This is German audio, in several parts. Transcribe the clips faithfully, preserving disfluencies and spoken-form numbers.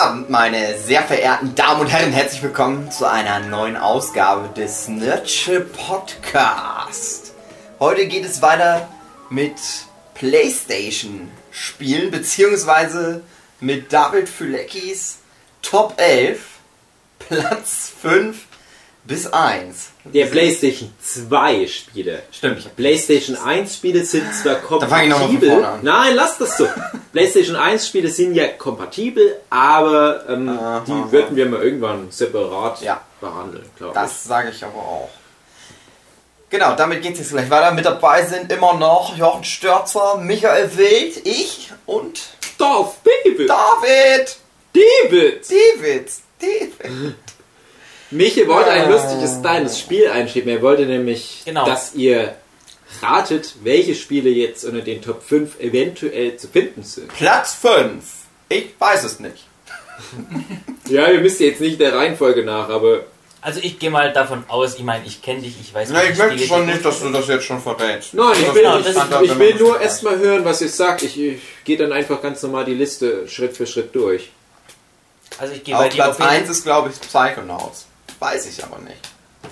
Abend, meine sehr verehrten Damen und Herren. Herzlich willkommen zu einer neuen Ausgabe des Nerdship Podcast. Heute geht es weiter mit PlayStation-Spielen, beziehungsweise mit David Füleckis Top elf, Platz fünf bis eins. Der PlayStation zwei Spiele. Stimmt. PlayStation eins Spiele sind zwar kompatibel. Da fange ich noch mal von vorne an. Nein, lass das so. PlayStation eins Spiele sind ja kompatibel, aber ähm, Aha, die aha. würden wir mal irgendwann separat Ja. behandeln, glaube ich. Das sage ich aber auch. Genau, damit geht es jetzt gleich weiter. Mit dabei sind immer noch Jochen Störzer, Michael Wild, ich und Darth David! David! David! David! David! Michael wollte ein Ah. lustiges kleines Spiel einschieben. Er wollte nämlich, Genau. dass ihr ratet, welche Spiele jetzt unter den Top fünf eventuell zu finden sind. Platz fünf. Ich weiß es nicht. Ja, ihr müsst jetzt nicht der Reihenfolge nach, aber Also ich gehe mal davon aus, ich meine, ich kenne dich, ich weiß Na, ich welche möchte Spiele schon du nicht, dass du das jetzt schon verrätst. nein, ich Das will, genau, ich, das fand das, ich wenn will man das nur weiß. erstmal hören, was ihr sagt. Ich, ich gehe dann einfach ganz normal die Liste Schritt für Schritt durch. Also ich gehe bei Auf dir Platz auf jeden- eins ist, glaube ich, Psychonauts. Weiß ich aber nicht.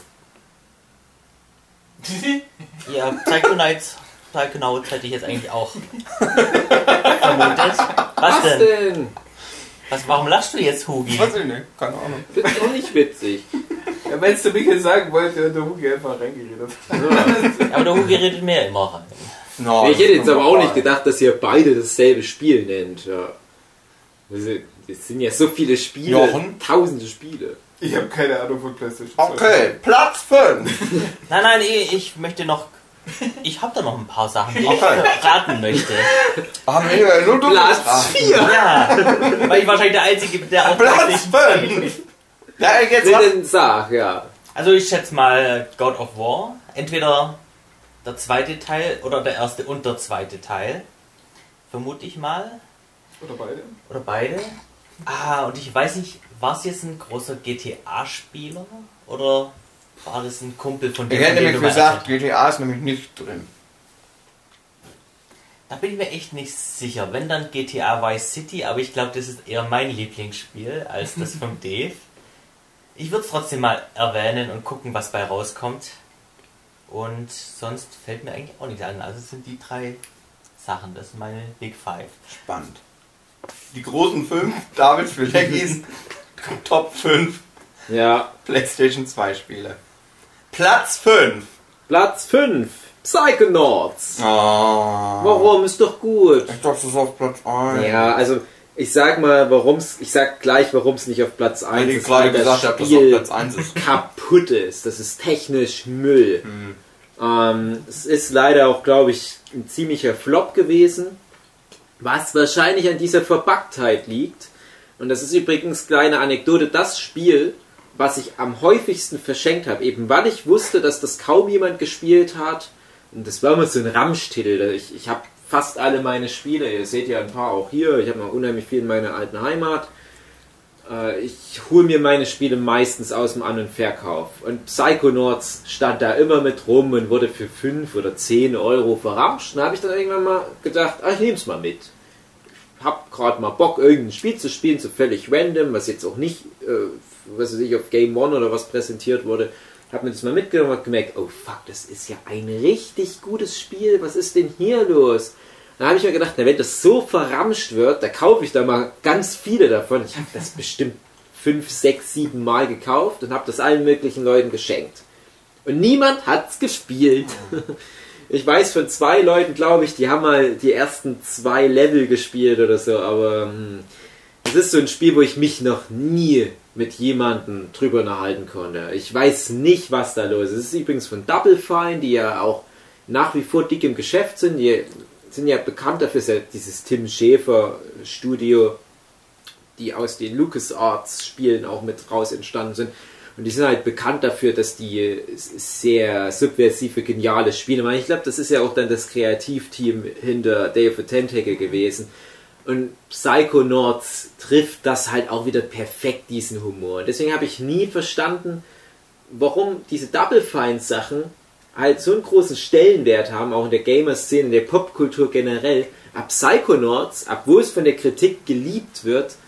Ja, Psychonauts, Psychonauts hätte ich jetzt eigentlich auch vermutet. Was denn? denn? Was, warum lachst du jetzt, Hugi? Weiß ich nicht, keine Ahnung. Das ist doch nicht witzig. Ja, wenn es zu Michael sagen wollte, hat der Hugi einfach reingeredet. Ja. Aber der Hugi redet mir immer rein. No, Ich hätte jetzt das aber kommt auch vorbei. nicht gedacht, dass ihr beide dasselbe Spiel nennt. Ja. Also, es sind ja so viele Spiele, Jochen? tausende Spiele. Ich habe keine Ahnung von PlayStation zwei. Okay, Platz fünf. Nein, nein, ich, ich möchte noch... Ich habe da noch ein paar Sachen, die ich Okay. raten möchte. Ah, Michael, nur du Platz bist dran. vier! Ja, weil ich wahrscheinlich der Einzige bin, der auch Platz PlayStation fünf. Ja, jetzt Nee, was? dann sag, ja. Also ich schätze mal God of War. Entweder der zweite Teil oder der erste und der zweite Teil. Vermute ich mal. Oder beide? Oder beide. Ah, und ich weiß nicht, war es jetzt ein großer G T A-Spieler? Oder war das ein Kumpel von Ich dem, hätte von dem nämlich du mal gesagt, erzählt G T A ist nämlich nicht drin. hast? Da bin ich mir echt nicht sicher. Wenn dann G T A Vice City, aber ich glaube, das ist eher mein Lieblingsspiel als das vom Dave. Ich würde es trotzdem mal erwähnen und gucken, was bei rauskommt. Und sonst fällt mir eigentlich auch nichts an. Also es sind die drei Sachen, das sind meine Big Five. Spannend. Die großen fünf, David Füleckis Top fünf Ja. PlayStation zwei Spiele. Platz fünf. Platz fünf. Psychonauts. Oh. Warum? Ist doch gut. Ich dachte, das ist auf Platz eins. Ja, also ich sag mal, warum's, ich sag gleich, warum es nicht auf Platz Weil eins ich ist, gerade weil das gesagt habe, dass es auf Spiel Platz eins ist. kaputt ist. Das ist technisch Müll. Hm. Ähm, es ist leider auch, glaube ich, ein ziemlicher Flop gewesen, was wahrscheinlich an dieser Verbugtheit liegt. Und das ist übrigens, kleine Anekdote, das Spiel, was ich am häufigsten verschenkt habe, eben weil ich wusste, dass das kaum jemand gespielt hat. Und das war immer so ein Ramschtitel. Ich, ich habe fast alle meine Spiele, ihr seht ja ein paar auch hier, ich habe noch unheimlich viel in meiner alten Heimat. Äh, ich hole mir meine Spiele meistens aus dem An- und Verkauf. Und Psychonauts stand da immer mit rum und wurde für fünf oder zehn Euro verramscht. Und da habe ich dann irgendwann mal gedacht, ach, ich nehme es mal mit. Ich habe gerade mal Bock, irgendein Spiel zu spielen, so völlig random, was jetzt auch nicht, äh, was weiß ich, auf Game One oder was präsentiert wurde. Habe mir das mal mitgenommen und gemerkt, oh fuck, das ist ja ein richtig gutes Spiel, was ist denn hier los? Dann habe ich mir gedacht, na, wenn das so verramscht wird, da kaufe ich da mal ganz viele davon. Ich habe das bestimmt fünf, sechs, sieben Mal gekauft und habe das allen möglichen Leuten geschenkt. Und niemand hat's gespielt. Ich weiß von zwei Leuten, glaube ich, die haben mal die ersten zwei Level gespielt oder so, aber hm, das ist so ein Spiel, wo ich mich noch nie mit jemandem drüber unterhalten konnte. Ich weiß nicht, was da los ist. Es ist übrigens von Double Fine, die ja auch nach wie vor dick im Geschäft sind. Die sind ja bekannt dafür, ist ja dieses Tim Schäfer Studio, die aus den LucasArts Spielen auch mit raus entstanden sind. Und die sind halt bekannt dafür, dass die sehr subversive, geniale Spiele machen. Ich glaube, das ist ja auch dann das Kreativteam hinter Day of the Tentacle gewesen. Und Psychonauts trifft das halt auch wieder perfekt, diesen Humor. Und deswegen habe ich nie verstanden, warum diese Double Fine Sachen halt so einen großen Stellenwert haben, auch in der Gamer-Szene, in der Popkultur generell. Ab Psychonauts, obwohl es von der Kritik geliebt wird,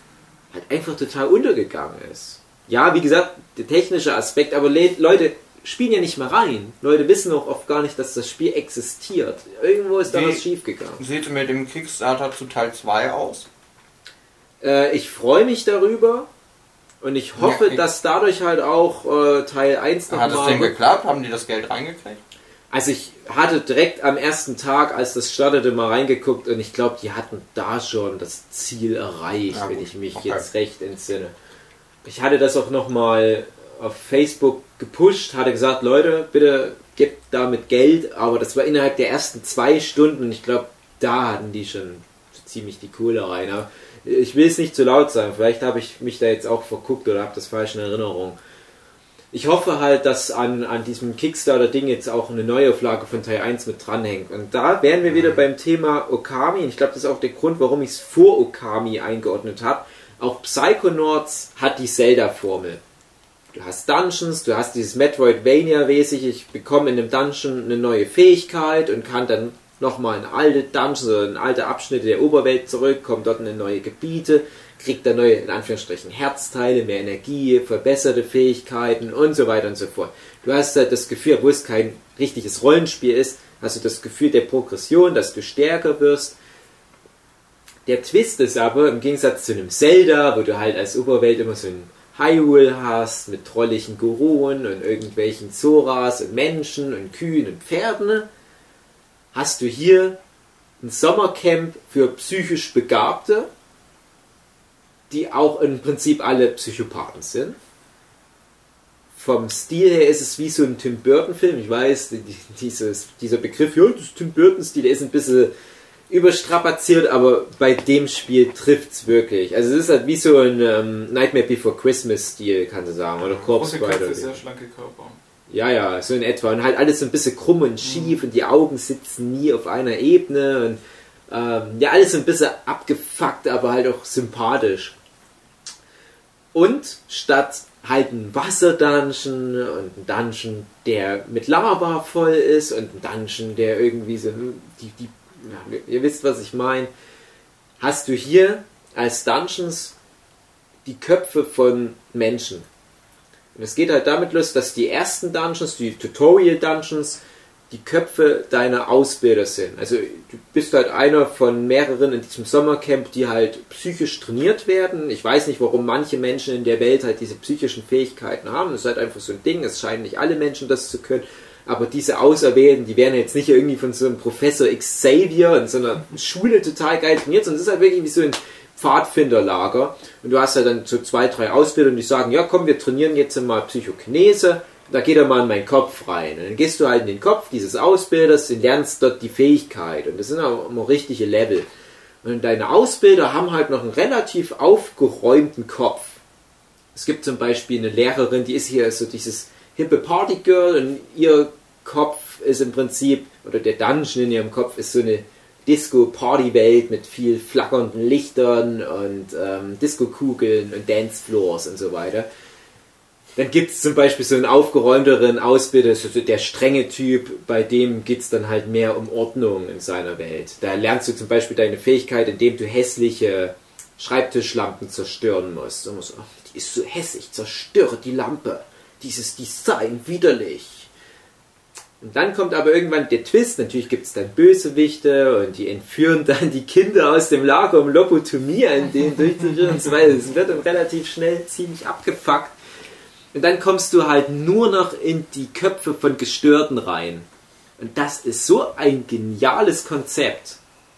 halt einfach total untergegangen ist. Ja, wie gesagt, der technische Aspekt, aber Le- Leute spielen ja nicht mehr rein. Leute wissen auch oft gar nicht, dass das Spiel existiert. Irgendwo ist da Wie was schiefgegangen. Sieht mit dem Kickstarter zu Teil zwei aus? Äh, ich freue mich darüber und ich hoffe, Ja, ich- dass dadurch halt auch äh, Teil eins Hat es nochmal... denn geklappt? Haben die das Geld reingekriegt? Also ich hatte direkt am ersten Tag, als das startete, mal reingeguckt und ich glaube, die hatten da schon das Ziel erreicht, Ja, wenn gut. ich mich Okay. jetzt recht entsinne. Ich hatte das auch nochmal auf Facebook gepusht, hatte gesagt, Leute, bitte gebt damit Geld, aber das war innerhalb der ersten zwei Stunden und ich glaube, da hatten die schon ziemlich die Kohle rein. Aber ich will es nicht zu laut sagen, vielleicht habe ich mich da jetzt auch verguckt oder habe das falsch in Erinnerung. Ich hoffe halt, dass an, an diesem Kickstarter-Ding jetzt auch eine Neuauflage von Teil eins mit dranhängt. Und da wären wir wieder beim Thema Okami. Und ich glaube, das ist auch der Grund, warum ich es vor Okami eingeordnet habe. Auch Psychonauts hat die Zelda-Formel. Du hast Dungeons, du hast dieses Metroidvania-mäßig, ich bekomme in einem Dungeon eine neue Fähigkeit und kann dann nochmal in alte Dungeons oder in alte Abschnitte der Oberwelt zurück, komme dort in neue Gebiete, kriegt da neue, in Anführungsstrichen, Herzteile, mehr Energie, verbesserte Fähigkeiten und so weiter und so fort. Du hast halt das Gefühl, obwohl es kein richtiges Rollenspiel ist, hast du das Gefühl der Progression, dass du stärker wirst. Der Twist ist aber, im Gegensatz zu einem Zelda, wo du halt als Oberwelt immer so ein Hyrule hast, mit trolligen Goron und irgendwelchen Zoras und Menschen und Kühen und Pferden, hast du hier ein Sommercamp für psychisch Begabte, die auch im Prinzip alle Psychopathen sind. Vom Stil her ist es wie so ein Tim Burton-Film. Ich weiß, die, dieses, dieser Begriff, ja, das Tim Burton-Stil, der ist ein bisschen überstrapaziert, aber bei dem Spiel trifft es wirklich. Also es ist halt wie so ein ähm, Nightmare Before Christmas-Stil, kannst du sagen, oder Corpse Große Bride. Köpfe, sehr schlanke Körper. Ja, ja, so in etwa. Und halt alles so ein bisschen krumm und schief und die Augen sitzen nie auf einer Ebene und ähm, ja, alles so ein bisschen abgefuckt, aber halt auch sympathisch. Und statt halt ein Wasser-Dungeon und ein Dungeon, der mit Lava voll ist und ein Dungeon, der irgendwie so, die, die, ja, ihr wisst, was ich meine, hast du hier als Dungeons die Köpfe von Menschen. Und es geht halt damit los, dass die ersten Dungeons, die Tutorial-Dungeons, die Köpfe deiner Ausbilder sind. Also du bist halt einer von mehreren in diesem Sommercamp, die halt psychisch trainiert werden. Ich weiß nicht, warum manche Menschen in der Welt halt diese psychischen Fähigkeiten haben. Das ist halt einfach so ein Ding. Es scheinen nicht alle Menschen das zu können. Aber diese Auserwählten, die werden jetzt nicht irgendwie von so einem Professor Xavier in so einer Schule total geil trainiert, sondern es ist halt wirklich wie so ein Pfadfinderlager. Und du hast halt dann so zwei, drei Ausbilder und die sagen, ja komm, wir trainieren jetzt mal Psychokinese. Da geht er mal in meinen Kopf rein. Und dann gehst du halt in den Kopf dieses Ausbilders und lernst dort die Fähigkeit. Und das sind auch immer richtige Level. Und deine Ausbilder haben halt noch einen relativ aufgeräumten Kopf. Es gibt zum Beispiel eine Lehrerin, die ist hier so dieses hippe Partygirl und ihr Kopf ist im Prinzip, oder der Dungeon in ihrem Kopf ist so eine Disco-Party-Welt mit viel flackernden Lichtern und ähm, Disco-Kugeln und Dancefloors und so weiter. Dann gibt es zum Beispiel so einen aufgeräumteren Ausbilder, so der strenge Typ, bei dem geht es dann halt mehr um Ordnung in seiner Welt. Da lernst du zum Beispiel deine Fähigkeit, indem du hässliche Schreibtischlampen zerstören musst. Und musst, oh, die ist so hässlich, zerstöre die Lampe. Dieses Design, widerlich. Und dann kommt aber irgendwann der Twist, natürlich gibt es dann Bösewichte und die entführen dann die Kinder aus dem Lager, um Lobotomie an denen durchzuführen und so weiter. Es wird dann relativ schnell ziemlich abgefuckt. Und dann kommst du halt nur noch in die Köpfe von Gestörten rein. Und das ist so ein geniales Konzept.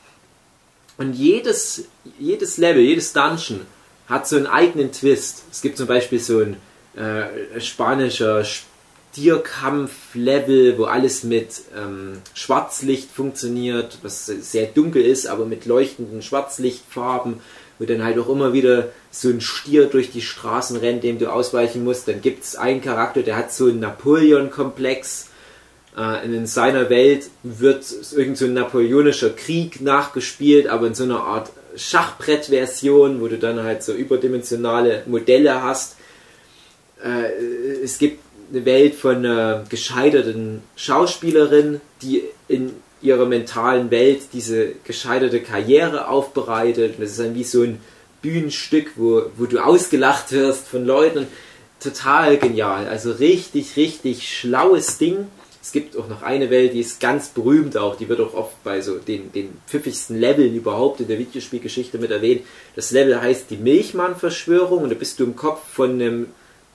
Und jedes, jedes Level, jedes Dungeon hat so einen eigenen Twist. Es gibt zum Beispiel so ein äh, spanischer Stierkampf-Level, wo alles mit ähm, Schwarzlicht funktioniert, was sehr dunkel ist, aber mit leuchtenden Schwarzlichtfarben, wo dann halt auch immer wieder so ein Stier durch die Straßen rennt, dem du ausweichen musst. Dann gibt es einen Charakter, der hat so einen Napoleon-Komplex. Äh, in seiner Welt wird irgend so ein napoleonischer Krieg nachgespielt, aber in so einer Art Schachbrett-Version, wo du dann halt so überdimensionale Modelle hast. Äh, es gibt eine Welt von einer gescheiterten Schauspielerin, die in ihrer mentalen Welt diese gescheiterte Karriere aufbereitet. Das ist dann wie so ein Bühnenstück, wo, wo du ausgelacht wirst von Leuten. Total genial. Also richtig, richtig schlaues Ding. Es gibt auch noch eine Welt, die ist ganz berühmt auch. Die wird auch oft bei so den, den pfiffigsten Leveln überhaupt in der Videospielgeschichte mit erwähnt. Das Level heißt die Milchmann-Verschwörung und da bist du im Kopf von einem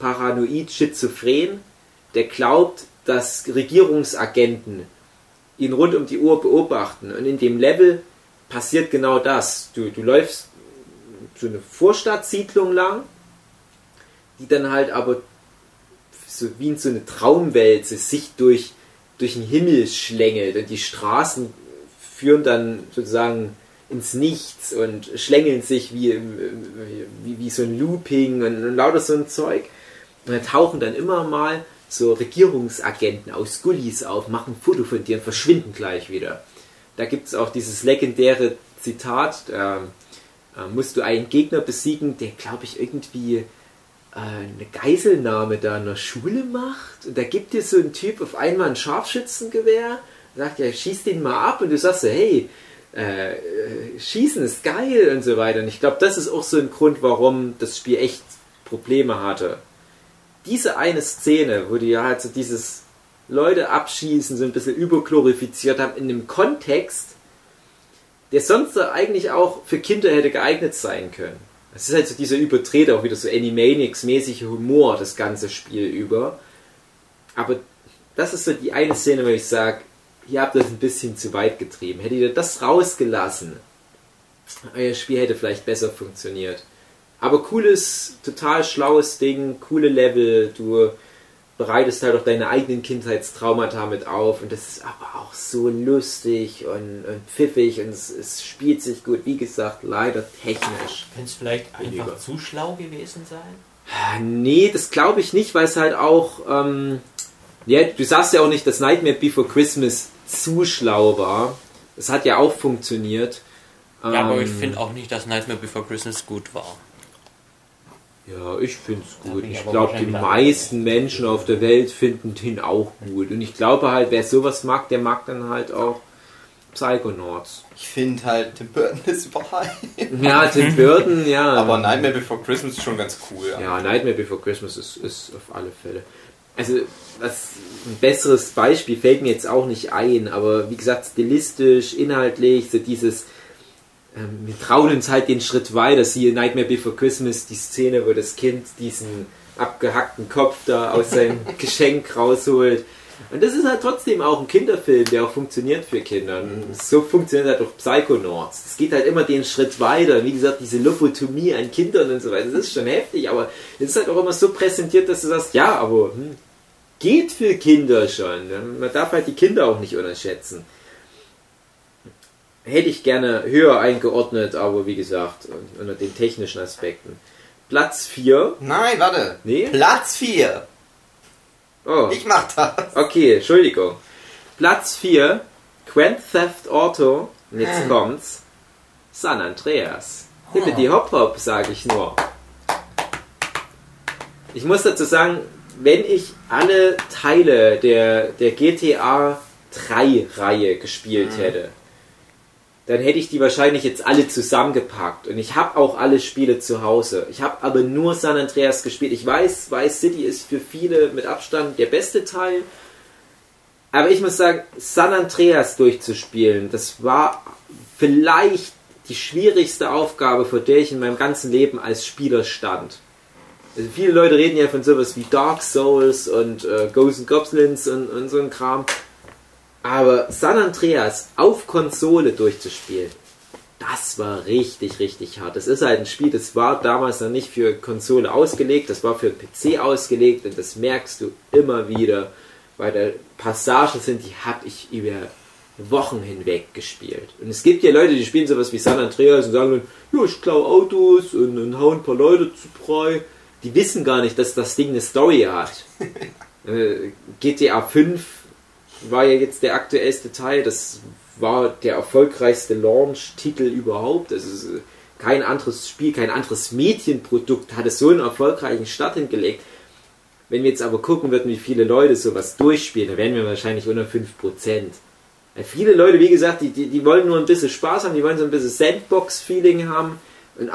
Paranoid-Schizophren, der glaubt, dass Regierungsagenten ihn rund um die Uhr beobachten. Und in dem Level passiert genau das. Du, du läufst so eine Vorstadtsiedlung lang, die dann halt aber so wie in so eine Traumwelt sich durch, durch den Himmel schlängelt und die Straßen führen dann sozusagen ins Nichts und schlängeln sich wie, wie, wie so ein Looping und, und lauter so ein Zeug. Und dann tauchen dann immer mal so Regierungsagenten aus Gullis auf, machen ein Foto von dir und verschwinden gleich wieder. Da gibt es auch dieses legendäre Zitat, äh, äh, musst du einen Gegner besiegen, der, glaube ich, irgendwie äh, eine Geiselnahme da in der Schule macht. Und da gibt dir so ein Typ auf einmal ein Scharfschützengewehr, sagt ja, schieß den mal ab. Und du sagst so, hey, äh, Schießen ist geil und so weiter. Und ich glaube, das ist auch so ein Grund, warum das Spiel echt Probleme hatte. Diese eine Szene, wo die halt so dieses Leute abschießen, so ein bisschen überglorifiziert haben, in einem Kontext, der sonst eigentlich auch für Kinder hätte geeignet sein können. Es ist halt so dieser überdrehte, auch wieder so Animaniacs-mäßige Humor, das ganze Spiel über. Aber das ist so die eine Szene, wo ich sage, ihr habt das ein bisschen zu weit getrieben. Hättet ihr das rausgelassen, euer Spiel hätte vielleicht besser funktioniert. Aber cooles, total schlaues Ding, coole Level, du bereitest halt auch deine eigenen Kindheitstraumata mit auf und das ist aber auch so lustig und, und pfiffig und es, es spielt sich gut, wie gesagt, leider technisch. Könnte es vielleicht weniger. einfach zu schlau gewesen sein? Nee, das glaube ich nicht, weil es halt auch, ähm, ja, du sagst ja auch nicht, dass Nightmare Before Christmas zu schlau war. Es hat ja auch funktioniert. Ja, ähm, aber ich finde auch nicht, dass Nightmare Before Christmas gut war. Ja, ich finde es gut. bin ich Ich aber glaube, die wahrscheinlich meisten Menschen auf der Welt finden den auch gut. Und ich glaube halt, wer sowas mag, der mag dann halt auch Psychonauts. Ich finde halt, Tim Burton ist überall. Ja, Tim Burton, ja. Aber Nightmare Before Christmas ist schon ganz cool. Ja, Nightmare Before Christmas ist, ist auf alle Fälle. Also, was, ein besseres Beispiel fällt mir jetzt auch nicht ein, aber wie gesagt, stilistisch, inhaltlich, so dieses... Wir trauen uns halt den Schritt weiter. Siehe Nightmare Before Christmas, die Szene, wo das Kind diesen abgehackten Kopf da aus seinem Geschenk rausholt. Und das ist halt trotzdem auch ein Kinderfilm, der auch funktioniert für Kinder. Und so funktioniert halt auch Psychonauts. Es geht halt immer den Schritt weiter. Wie gesagt, diese Lobotomie an Kindern und so weiter, das ist schon heftig, aber es ist halt auch immer so präsentiert, dass du sagst, ja, aber hm, geht für Kinder schon. Man darf halt die Kinder auch nicht unterschätzen. Hätte ich gerne höher eingeordnet, aber wie gesagt, unter den technischen Aspekten. Platz vier. Nein, warte. Nee? Platz vier. Oh. Ich mach das. Okay, Entschuldigung. Platz vier. Grand Theft Auto. Und jetzt Hm. kommt's. San Andreas. Hippity Hop Hop, sage ich nur. Ich muss dazu sagen, wenn ich alle Teile der, der G T A drei Reihe gespielt Hm. hätte, dann hätte ich die wahrscheinlich jetzt alle zusammengepackt. Und ich habe auch alle Spiele zu Hause. Ich habe aber nur San Andreas gespielt. Ich weiß, Vice City ist für viele mit Abstand der beste Teil. Aber ich muss sagen, San Andreas durchzuspielen, das war vielleicht die schwierigste Aufgabe, vor der ich in meinem ganzen Leben als Spieler stand. Also viele Leute reden ja von sowas wie Dark Souls und äh, Ghosts and Goblins und, und so ein Kram. Aber San Andreas auf Konsole durchzuspielen, das war richtig, richtig hart. Das ist halt ein Spiel, das war damals noch nicht für Konsole ausgelegt, das war für den P C ausgelegt und das merkst du immer wieder, weil da Passagen sind, die habe ich über Wochen hinweg gespielt. Und es gibt ja Leute, die spielen sowas wie San Andreas und sagen dann, ja, ich klaue Autos und, und hau ein paar Leute zu Brei. Die wissen gar nicht, dass das Ding eine Story hat. äh, G T A fünf war ja jetzt der aktuellste Teil, das war der erfolgreichste Launch-Titel überhaupt. Das ist kein anderes Spiel, kein anderes Medienprodukt hat es so einen erfolgreichen Start hingelegt. Wenn wir jetzt aber gucken würden, wie viele Leute sowas durchspielen, dann wären wir wahrscheinlich unter fünf Prozent. Weil viele Leute, wie gesagt, die, die, die wollen nur ein bisschen Spaß haben, die wollen so ein bisschen Sandbox-Feeling haben und auch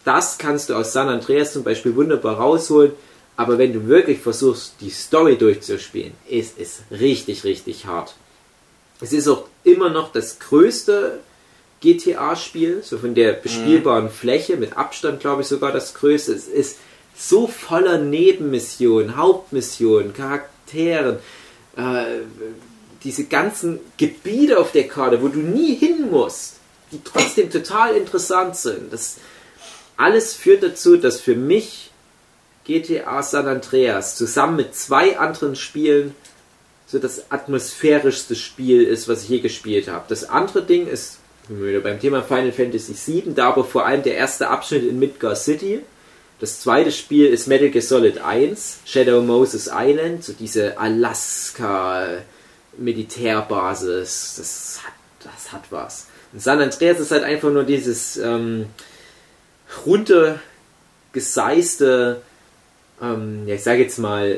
das kannst du aus San Andreas zum Beispiel wunderbar rausholen, aber wenn du wirklich versuchst, die Story durchzuspielen, ist es richtig, richtig hart. Es ist auch immer noch das größte G T A-Spiel, so von der bespielbaren mhm. Fläche, mit Abstand glaube ich sogar das größte. Es ist so voller Nebenmissionen, Hauptmissionen, Charakteren, äh, diese ganzen Gebiete auf der Karte, wo du nie hin musst, die trotzdem total interessant sind. Das alles führt dazu, dass für mich G T A San Andreas zusammen mit zwei anderen Spielen so das atmosphärischste Spiel ist, was ich je gespielt habe. Das andere Ding ist, wieder beim Thema Final Fantasy sieben, da aber vor allem der erste Abschnitt in Midgar City. Das zweite Spiel ist Metal Gear Solid eins, Shadow Moses Island, so diese Alaska-Militärbasis, das hat, das hat was. Und San Andreas ist halt einfach nur dieses ähm, runtergeseiste, ähm, ja, ich sage jetzt mal,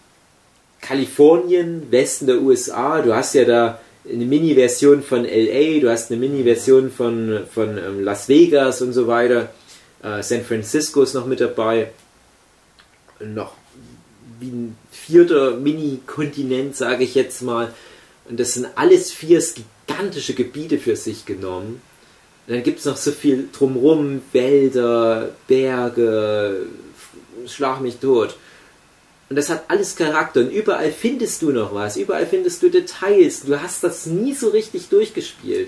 Kalifornien, Westen der U S A, du hast ja da eine Mini-Version von L A, du hast eine Mini-Version von, von ähm, Las Vegas und so weiter. Äh, San Francisco ist noch mit dabei. Und noch wie ein vierter Mini-Kontinent, sage ich jetzt mal. Und das sind alles vier gigantische Gebiete für sich genommen. Und dann gibt es noch so viel drumrum, Wälder, Berge, schlag mich tot. Und das hat alles Charakter und überall findest du noch was, überall findest du Details. Du hast das nie so richtig durchgespielt.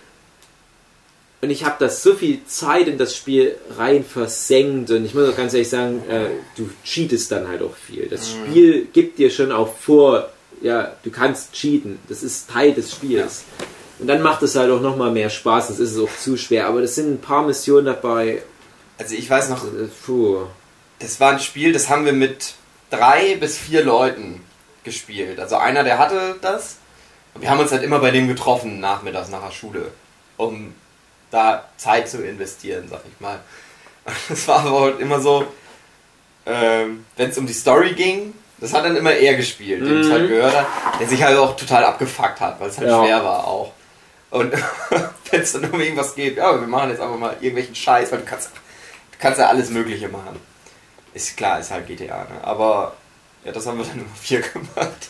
Und ich habe das so viel Zeit in das Spiel rein versenkt und ich muss auch ganz ehrlich sagen, äh, du cheatest dann halt auch viel. Das Spiel gibt dir schon auch vor, ja, du kannst cheaten. Das ist Teil des Spiels. Ja. Und dann macht es halt auch nochmal mehr Spaß, das ist es auch zu schwer. Aber das sind ein paar Missionen dabei. Also ich weiß noch, puh. Das war ein Spiel, das haben wir mit drei bis vier Leuten gespielt. Also einer, der hatte das. Und wir haben uns halt immer bei dem getroffen, nachmittags nach der Schule, um da Zeit zu investieren, sag ich mal. Das war aber halt immer so, ähm, wenn es um die Story ging, das hat dann immer er gespielt, den ich halt gehört habe, der sich halt auch total abgefuckt hat, weil es halt ja. schwer war auch. Und wenn es dann um irgendwas geht, ja, wir machen jetzt einfach mal irgendwelchen Scheiß, weil du kannst, du kannst ja alles Mögliche machen. Ist klar, ist halt G T A, ne? Aber ja, das haben wir dann immer vier gemacht.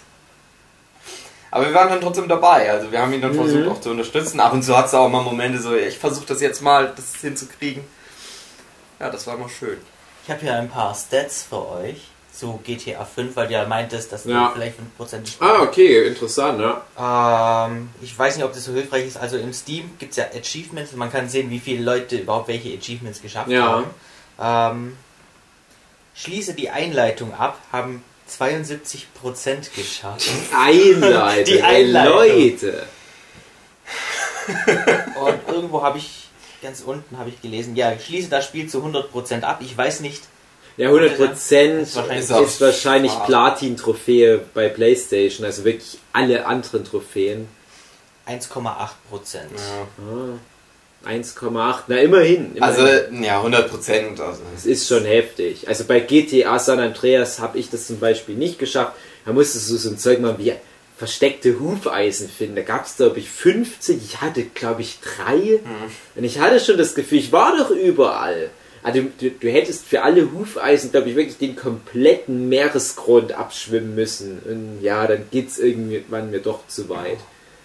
Aber wir waren dann trotzdem dabei, also wir haben ihn dann mhm. versucht auch zu unterstützen. Ab und zu hat es auch mal Momente so, ich versuche das jetzt mal, das hinzukriegen. Ja, das war immer schön. Ich habe hier ein paar Stats für euch zu G T A fünf, weil du ja meintest, dass ja. du vielleicht fünf Prozent spielst. Ah, okay, interessant, ja. Ähm, ich weiß nicht, ob das so hilfreich ist. Also im Steam gibt es ja Achievements und man kann sehen, wie viele Leute überhaupt welche Achievements geschafft ja. haben. Ähm, Schließe die Einleitung ab, haben zweiundsiebzig Prozent geschafft. Einleitung, die Einleitung. Leute! Und irgendwo habe ich, ganz unten habe ich gelesen, ja, schließe das Spiel zu hundert Prozent ab. Ich weiß nicht. Ja, hundert Prozent ist wahrscheinlich, ist wahrscheinlich Platin-Trophäe bei PlayStation, also wirklich alle anderen Trophäen. eins Komma acht Prozent. Ja. Ah. eins Komma acht, na immerhin, immerhin. Also, ja, hundert Prozent. Also. Das ist schon heftig. Also bei G T A San Andreas habe ich das zum Beispiel nicht geschafft. Da musstest du so ein Zeug mal wie versteckte Hufeisen finden. Da gab es, glaube ich, fünfzig. Ich hatte, glaube ich, drei. Hm. Und ich hatte schon das Gefühl, ich war doch überall. Also du, du hättest für alle Hufeisen, glaube ich, wirklich den kompletten Meeresgrund abschwimmen müssen. Und ja, dann geht's irgendwann mir doch zu weit.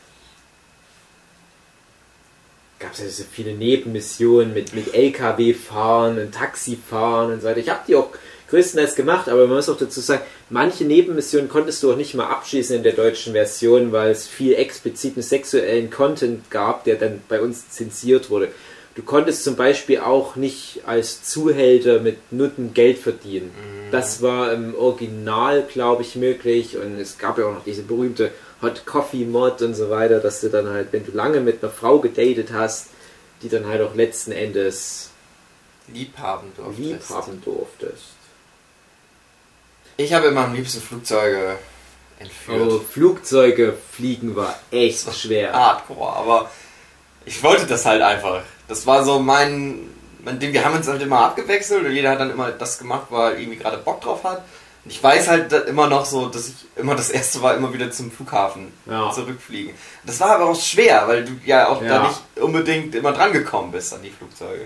Gab es ja so viele Nebenmissionen mit, mit L K W fahren und Taxi fahren und so weiter. Ich habe die auch größtenteils gemacht, aber man muss auch dazu sagen, manche Nebenmissionen konntest du auch nicht mal abschließen in der deutschen Version, weil es viel expliziten sexuellen Content gab, der dann bei uns zensiert wurde. Du konntest zum Beispiel auch nicht als Zuhälter mit Nutten Geld verdienen. Mhm. Das war im Original, glaube ich, möglich und es gab ja auch noch diese berühmte Hot Coffee Mod und so weiter, dass du dann halt, wenn du lange mit einer Frau gedatet hast, die dann halt auch letzten Endes liebhaben durftest. Liebhaben durftest. Ich habe immer am liebsten Flugzeuge entführt. Oh, Flugzeuge fliegen war echt war schwer. Hardcore, aber ich wollte das halt einfach. Das war so mein, mein Ding. Wir haben uns halt immer abgewechselt und jeder hat dann immer das gemacht, weil er irgendwie gerade Bock drauf hat. Und ich weiß halt immer noch so, dass ich immer das erste war, immer wieder zum Flughafen ja. zurückfliegen. Das war aber auch schwer, weil du ja auch ja. da nicht unbedingt immer dran gekommen bist an die Flugzeuge.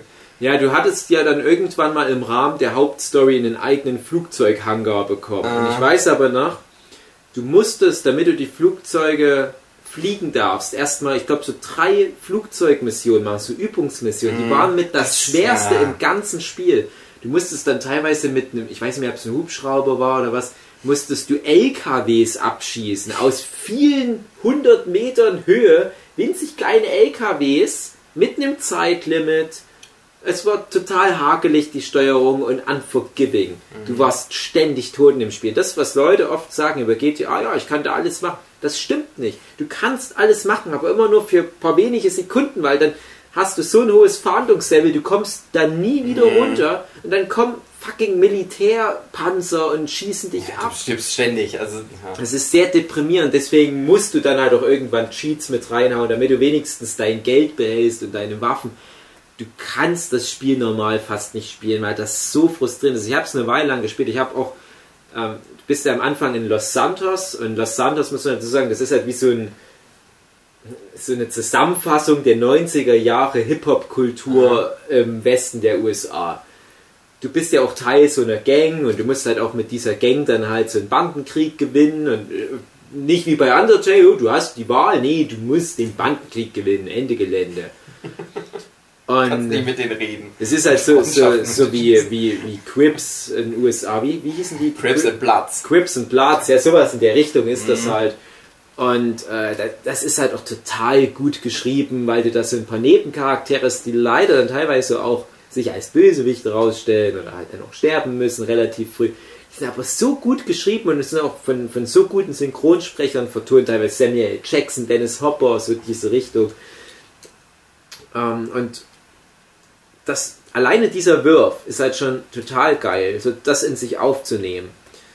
Ja, du hattest ja dann irgendwann mal im Rahmen der Hauptstory einen eigenen Flugzeughangar bekommen. Ah. Und ich weiß aber noch, du musstest, damit du die Flugzeuge fliegen darfst, erstmal, ich glaube, so drei Flugzeugmissionen machen, so Übungsmissionen. Die Mhm. waren mit das Schwerste Ja. im ganzen Spiel. Du musstest dann teilweise mit einem, ich weiß nicht mehr, ob es ein Hubschrauber war oder was, musstest du L K Ws abschießen. Aus vielen hundert Metern Höhe, winzig kleine L K Ws mit einem Zeitlimit. Es war total hakelig, die Steuerung, und unforgiving. Mhm. Du warst ständig tot in dem Spiel. Das, was Leute oft sagen über G T A, ah ja, ich kann da alles machen, das stimmt nicht. Du kannst alles machen, aber immer nur für ein paar wenige Sekunden, weil dann hast du so ein hohes Fahndungslevel, du kommst da nie wieder mhm. runter, und dann kommen fucking Militärpanzer und schießen dich Ja, ab. du stirbst ständig. Also, ja. Das ist sehr deprimierend, deswegen musst du dann halt auch irgendwann Cheats mit reinhauen, damit du wenigstens dein Geld behältst und deine Waffen. Du kannst das Spiel normal fast nicht spielen, weil das so frustrierend ist. Ich habe es eine Weile lang gespielt. Ich habe auch, ähm, du bist ja am Anfang in Los Santos, und Los Santos, muss man dazu sagen, das ist halt wie so, ein, so eine Zusammenfassung der neunziger Jahre Hip-Hop-Kultur mhm. im Westen der U S A. Du bist ja auch Teil so einer Gang, und du musst halt auch mit dieser Gang dann halt so einen Bandenkrieg gewinnen, und äh, nicht wie bei Undertale, oh, du hast die Wahl, nee, du musst den Bandenkrieg gewinnen, Ende Gelände. Und kannst nicht mit denen reden. Es ist halt so, so, so wie, wie, wie Crips in den U S A. Wie, wie hießen die? Crips and Bloods. Crips and Bloods, ja, sowas in der Richtung ist mhm. das halt. Und äh, das ist halt auch total gut geschrieben, weil du da so ein paar Nebencharaktere hast, die leider dann teilweise auch sich als Bösewicht rausstellen oder halt dann auch sterben müssen, relativ früh. Die sind aber so gut geschrieben, und es sind auch von, von so guten Synchronsprechern vertont, teilweise Samuel Jackson, Dennis Hopper, so diese Richtung. Ähm, und das, alleine dieser Wurf ist halt schon total geil, so das in sich aufzunehmen.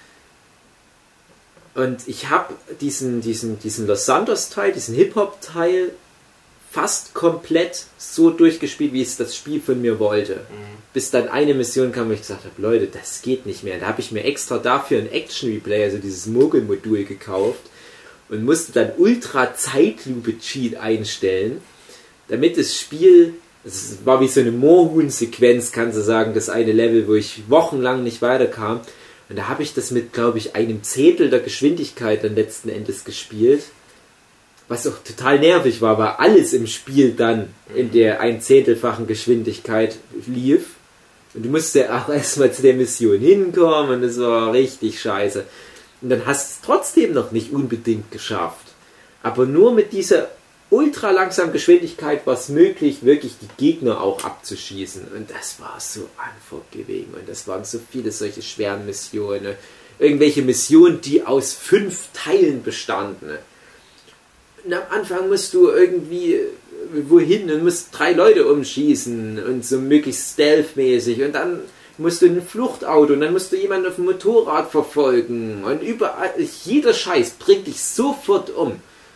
Und ich habe diesen, diesen, diesen Los Santos-Teil, diesen Hip-Hop-Teil fast komplett so durchgespielt, wie es das Spiel von mir wollte. Mhm. Bis dann eine Mission kam, wo ich gesagt habe, Leute, das geht nicht mehr. Da habe ich mir extra dafür ein Action-Replay, also dieses Mogul-Modul, gekauft und musste dann Ultra-Zeitlupe-Cheat einstellen, damit das Spiel, es war wie so eine Moorhuhn-Sequenz, kannst du sagen, das eine Level, wo ich wochenlang nicht weiterkam. Und da habe ich das mit, glaube ich, einem Zehntel der Geschwindigkeit dann letzten Endes gespielt. Was auch total nervig war, weil alles im Spiel dann in der ein Zehntelfachen Geschwindigkeit lief. Und du musst ja auch erstmal zu der Mission hinkommen, und es war richtig scheiße. Und dann hast du es trotzdem noch nicht unbedingt geschafft. Aber nur mit dieser ultra langsamen Geschwindigkeit war es möglich, wirklich die Gegner auch abzuschießen. Und das war so unforgiving. Und das waren so viele solche schweren Missionen. Irgendwelche Missionen, die aus fünf Teilen bestanden. Und am Anfang musst du irgendwie wohin und musst drei Leute umschießen und so möglichst stealth-mäßig. Und dann musst du in ein Fluchtauto, und dann musst du jemanden auf dem Motorrad verfolgen. Und überall, jeder Scheiß bringt dich sofort um.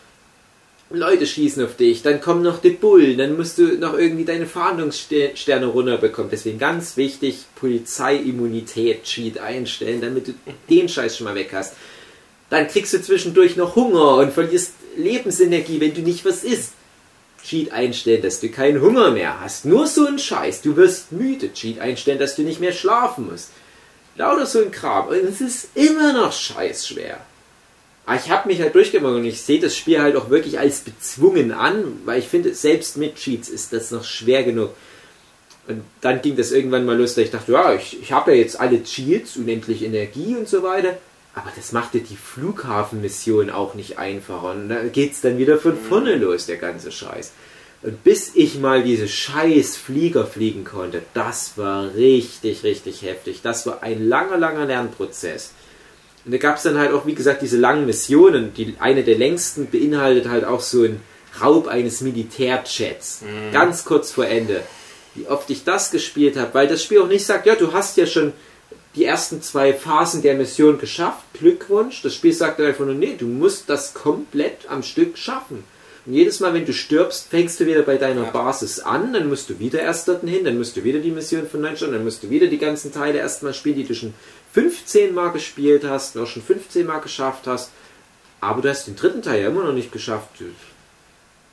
Leute schießen auf dich, dann kommen noch die Bullen, dann musst du noch irgendwie deine Fahndungssterne runterbekommen. Deswegen ganz wichtig, Polizeiimmunität-Cheat einstellen, damit du den Scheiß schon mal weg hast. Dann kriegst du zwischendurch noch Hunger und verlierst Lebensenergie, wenn du nicht was isst. Cheat einstellen, dass du keinen Hunger mehr hast. Nur so ein Scheiß. Du wirst müde. Cheat einstellen, dass du nicht mehr schlafen musst. Lauter so ein Kram. Und es ist immer noch scheiß schwer. Aber ich habe mich halt durchgemacht, und ich sehe das Spiel halt auch wirklich als bezwungen an, weil ich finde, selbst mit Cheats ist das noch schwer genug. Und dann ging das irgendwann mal los, da ich dachte, ja, ich, ich habe ja jetzt alle Cheats, unendlich Energie und so weiter, aber das machte die Flughafenmission auch nicht einfacher. Und da geht's dann wieder von vorne los, der ganze Scheiß. Und bis ich mal diese scheiß Flieger fliegen konnte, das war richtig, richtig heftig. Das war ein langer, langer Lernprozess. Und da gab es dann halt auch, wie gesagt, diese langen Missionen. Die, eine der längsten beinhaltet halt auch so einen Raub eines Militärjets. Mhm. Ganz kurz vor Ende. Wie oft ich das gespielt habe, weil das Spiel auch nicht sagt, ja, du hast ja schon die ersten zwei Phasen der Mission geschafft. Glückwunsch. Das Spiel sagt dann einfach nur, nee, du musst das komplett am Stück schaffen. Und jedes Mal, wenn du stirbst, fängst du wieder bei deiner ja. Basis an, dann musst du wieder erst dort hin, dann musst du wieder die Mission von neu starten, dann musst du wieder die ganzen Teile erstmal spielen, die du schon fünfzehn Mal gespielt hast, noch schon fünfzehn Mal geschafft hast, aber du hast den dritten Teil ja immer noch nicht geschafft.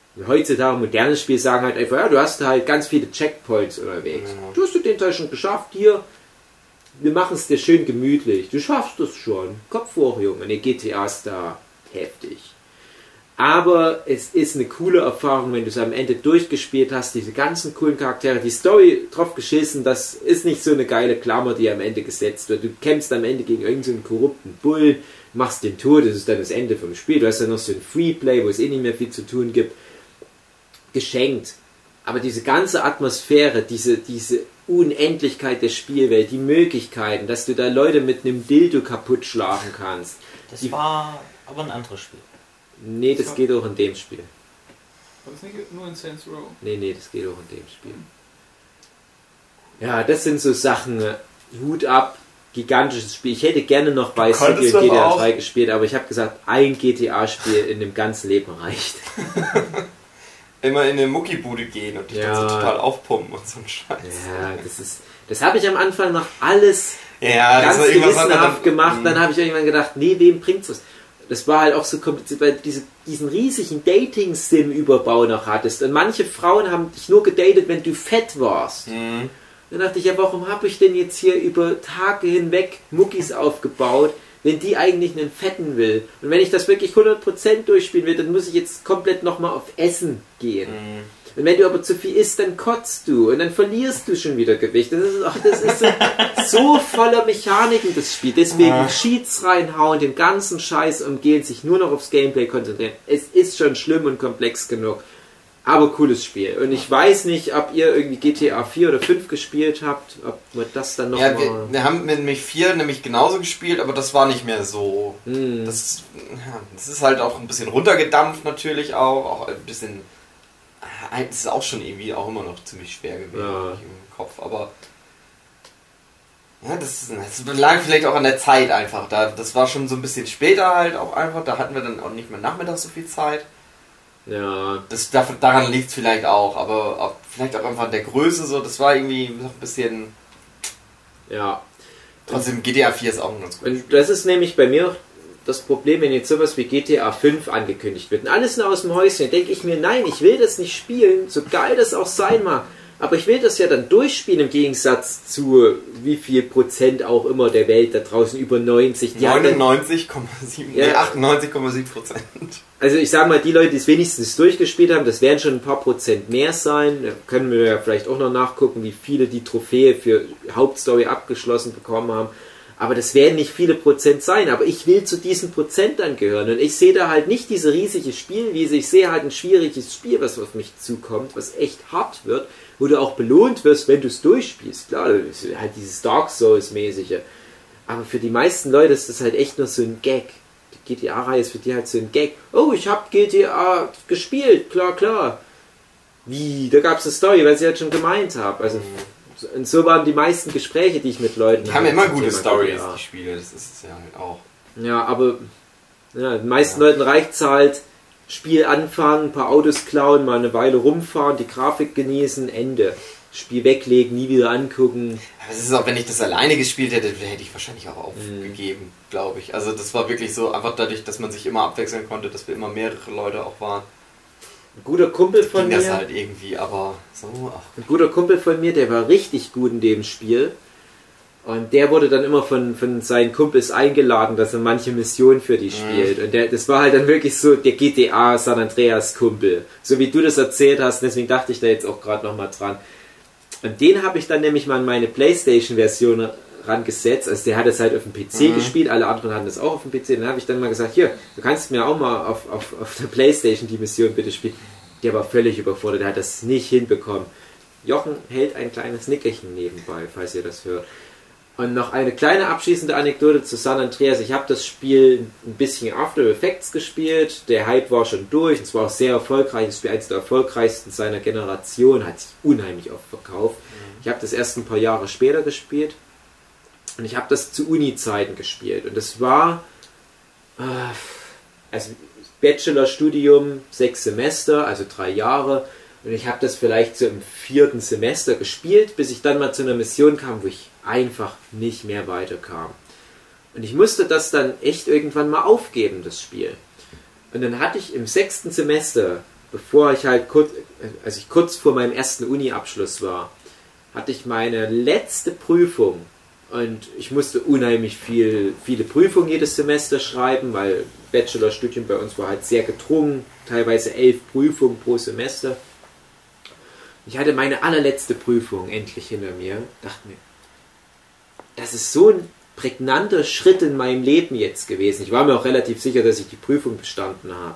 Heutzutage moderne Spiele sagen halt einfach, ja, du hast halt ganz viele Checkpoints unterwegs. Ja. Du hast den Teil schon geschafft, hier, wir machen es dir schön gemütlich. Du schaffst es schon. Kopf hoch, Junge. Ne, G T A ist da heftig. Aber es ist eine coole Erfahrung, wenn du es am Ende durchgespielt hast, diese ganzen coolen Charaktere, die Story drauf geschissen, das ist nicht so eine geile Klammer, die am Ende gesetzt wird. Du kämpfst am Ende gegen irgendeinen so korrupten Bull, machst den Tod, das ist dann das Ende vom Spiel. Du hast dann noch so ein Freeplay, wo es eh nicht mehr viel zu tun gibt. Geschenkt. Aber diese ganze Atmosphäre, diese, diese Unendlichkeit der Spielwelt, die Möglichkeiten, dass du da Leute mit einem Dildo kaputt schlagen kannst. Das die, war aber ein anderes Spiel. Nee, das geht auch in dem Spiel. War das nicht nur in Saints Row? Nee, nee, das geht auch in dem Spiel. Ja, das sind so Sachen, Hut ab, gigantisches Spiel. Ich hätte gerne noch Vice City und G T A drei gespielt, aber ich habe gesagt, ein G T A-Spiel in dem ganzen Leben reicht. Immer in eine Muckibude gehen und dich ja. dann so total aufpumpen und so ein Scheiß. Ja, das ist. Das habe ich am Anfang noch alles ja, ganz gewissenhaft dann, gemacht. Dann habe ich irgendwann gedacht, nee, wem bringt's was? Das war halt auch so kompliziert, weil du diese, diesen riesigen Dating-Sim-Überbau noch hattest. Und manche Frauen haben dich nur gedatet, wenn du fett warst. Mhm. Dann dachte ich, ja, warum habe ich denn jetzt hier über Tage hinweg Muckis aufgebaut, wenn die eigentlich einen Fetten will? Und wenn ich das wirklich hundert Prozent durchspielen will, dann muss ich jetzt komplett nochmal auf Essen gehen. Mhm. Und wenn du aber zu viel isst, dann kotzt du und dann verlierst du schon wieder Gewicht. Das ist, ach, das ist so, so voller Mechaniken, das Spiel. Deswegen ja. Cheats reinhauen, den ganzen Scheiß umgehen, sich nur noch aufs Gameplay konzentrieren. Es ist schon schlimm und komplex genug. Aber cooles Spiel. Und ich weiß nicht, ob ihr irgendwie G T A vier oder fünf gespielt habt, ob wir das dann noch ja, mal... Wir, wir haben mit mich vier nämlich genauso gespielt, aber das war nicht mehr so. Mm. Das, ja, das ist halt auch ein bisschen runtergedampft natürlich auch, auch ein bisschen... Es ist auch schon irgendwie auch immer noch ziemlich schwer gewesen ja. im Kopf, aber ja, das, das lag vielleicht auch an der Zeit einfach. Da, das war schon so ein bisschen später halt auch einfach, da hatten wir dann auch nicht mehr nachmittags so viel Zeit. Ja. Das, daran liegt es vielleicht auch, aber auch, vielleicht auch einfach an der Größe so, das war irgendwie noch ein bisschen... Ja. Trotzdem, G T A vier ist auch ein ganz gutes Spiel. Das ist nämlich bei mir auch das Problem, wenn jetzt sowas wie G T A fünf angekündigt wird und alles nur aus dem Häuschen, denke ich mir, nein, ich will das nicht spielen, so geil das auch sein mag, aber ich will das ja dann durchspielen im Gegensatz zu wie viel Prozent auch immer der Welt da draußen, über neunzig. neunundneunzig Komma sieben, ja, nee, achtundneunzig Komma sieben Prozent. Also ich sage mal, die Leute, die es wenigstens durchgespielt haben, das werden schon ein paar Prozent mehr sein. Da können wir ja vielleicht auch noch nachgucken, wie viele die Trophäe für Hauptstory abgeschlossen bekommen haben. Aber das werden nicht viele Prozent sein, aber ich will zu diesen Prozentern gehören. Und ich sehe da halt nicht diese riesige Spielwiese, ich sehe halt ein schwieriges Spiel, was auf mich zukommt, was echt hart wird, wo du auch belohnt wirst, wenn du es durchspielst. Klar, das ist halt dieses Dark Souls-mäßige. Aber für die meisten Leute ist das halt echt nur so ein Gag. Die G T A-Reihe ist für die halt so ein Gag. Oh, ich habe G T A gespielt, klar, klar. Wie, da gab es eine Story, weil ich halt schon gemeint habe. Also... Und so waren die meisten Gespräche, die ich mit Leuten die haben ja immer gute Stories, die Spiele, das ist es ja halt auch. Ja, aber ja, den meisten ja. Leuten reicht es halt, Spiel anfangen, ein paar Autos klauen, mal eine Weile rumfahren, die Grafik genießen, Ende. Spiel weglegen, nie wieder angucken. Das ist auch, wenn ich das alleine gespielt hätte, hätte ich wahrscheinlich auch aufgegeben, mhm. glaube ich. Also das war wirklich so, einfach dadurch, dass man sich immer abwechseln konnte, dass wir immer mehrere Leute auch waren. Ein guter Kumpel von mir. Das halt irgendwie, aber so. Ach. Ein guter Kumpel von mir, der war richtig gut in dem Spiel. Und der wurde dann immer von, von seinen Kumpels eingeladen, dass er manche Missionen für die spielt. Mhm. Und der, das war halt dann wirklich so der G T A San Andreas Kumpel. So wie du das erzählt hast, deswegen dachte ich da jetzt auch gerade nochmal dran. Und den habe ich dann nämlich mal in meine PlayStation-Version rangesetzt. Also der hat es halt auf dem P C mhm. gespielt, alle anderen hatten das auch auf dem P C. Dann habe ich dann mal gesagt, hier, du kannst mir auch mal auf, auf, auf der PlayStation die Mission bitte spielen. Der war völlig überfordert, der hat das nicht hinbekommen. Jochen hält ein kleines Nickerchen nebenbei, falls ihr das hört. Und noch eine kleine abschließende Anekdote zu San Andreas. Ich habe das Spiel ein bisschen After Effects gespielt. Der Hype war schon durch. Es war auch sehr erfolgreich. Das Spiel eines der erfolgreichsten seiner Generation. Hat sich unheimlich oft verkauft. Ich habe das erst ein paar Jahre später gespielt. Und ich habe das zu Uni-Zeiten gespielt. Und das war äh, also Bachelorstudium, sechs Semester, also drei Jahre. Und ich habe das vielleicht so im vierten Semester gespielt, bis ich dann mal zu einer Mission kam, wo ich einfach nicht mehr weiterkam. Und ich musste das dann echt irgendwann mal aufgeben, das Spiel. Und dann hatte ich im sechsten Semester bevor ich halt kurz, als ich kurz vor meinem ersten Uni-Abschluss war, hatte ich meine letzte Prüfung und ich musste unheimlich viel, viele Prüfungen jedes Semester schreiben, weil Bachelorstudium bei uns war halt sehr gedrungen, teilweise elf Prüfungen pro Semester. Ich hatte meine allerletzte Prüfung endlich hinter mir, dachte mir, das ist so ein prägnanter Schritt in meinem Leben jetzt gewesen. Ich war mir auch relativ sicher, dass ich die Prüfung bestanden habe.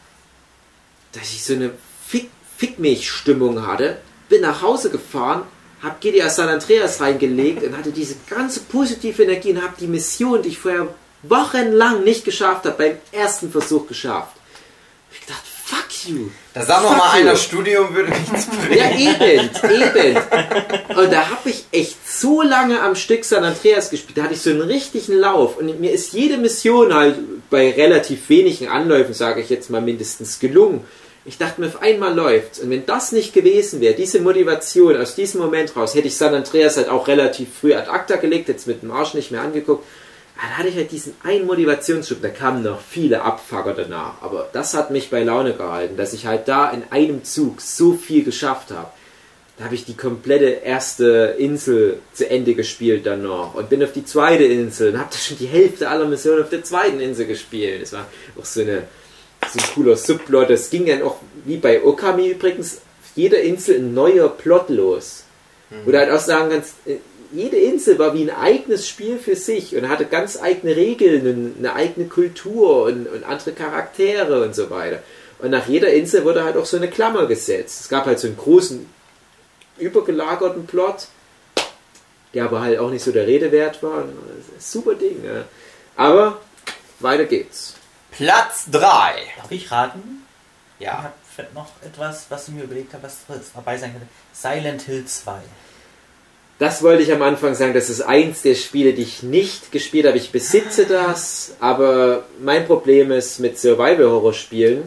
Dass ich so eine Fick, Fick-mich-Stimmung hatte, bin nach Hause gefahren, habe G T A San Andreas reingelegt und hatte diese ganze positive Energie und habe die Mission, die ich vorher wochenlang nicht geschafft habe, beim ersten Versuch geschafft. Ich dachte, fuck you. Da sag noch mal einer, Studium würde nichts bringen. Ja, eben, eben. Und da habe ich echt so lange am Stück San Andreas gespielt, da hatte ich so einen richtigen Lauf und mir ist jede Mission halt bei relativ wenigen Anläufen, sage ich jetzt mal, mindestens gelungen. Ich dachte mir, auf einmal läuft's. Und wenn das nicht gewesen wäre, diese Motivation aus diesem Moment raus, hätte ich San Andreas halt auch relativ früh ad acta gelegt, jetzt mit dem Arsch nicht mehr angeguckt. Da hatte ich halt diesen einen Motivationsschub, da kamen noch viele Abfucker danach. Aber das hat mich bei Laune gehalten, dass ich halt da in einem Zug so viel geschafft habe. Da habe ich die komplette erste Insel zu Ende gespielt dann noch und bin auf die zweite Insel und habe da schon die Hälfte aller Missionen auf der zweiten Insel gespielt. Das war auch so eine so ein cooler Subplot. Das ging dann auch, wie bei Okami übrigens, auf jeder Insel ein neuer Plot los. Mhm. Wo du halt auch sagen kannst, jede Insel war wie ein eigenes Spiel für sich und hatte ganz eigene Regeln, eine eigene Kultur und, und andere Charaktere und so weiter. Und nach jeder Insel wurde halt auch so eine Klammer gesetzt. Es gab halt so einen großen, übergelagerten Plot, der aber halt auch nicht so der Rede wert war. Super Ding, ja. Aber weiter geht's. Platz drei. Darf ich raten? Ja. Ich habe noch etwas, was ich mir überlegt habe, was dabei sein könnte. Silent Hill zwei. Das wollte ich am Anfang sagen, das ist eins der Spiele, die ich nicht gespielt habe. Ich besitze das, aber mein Problem ist mit Survival-Horror-Spielen.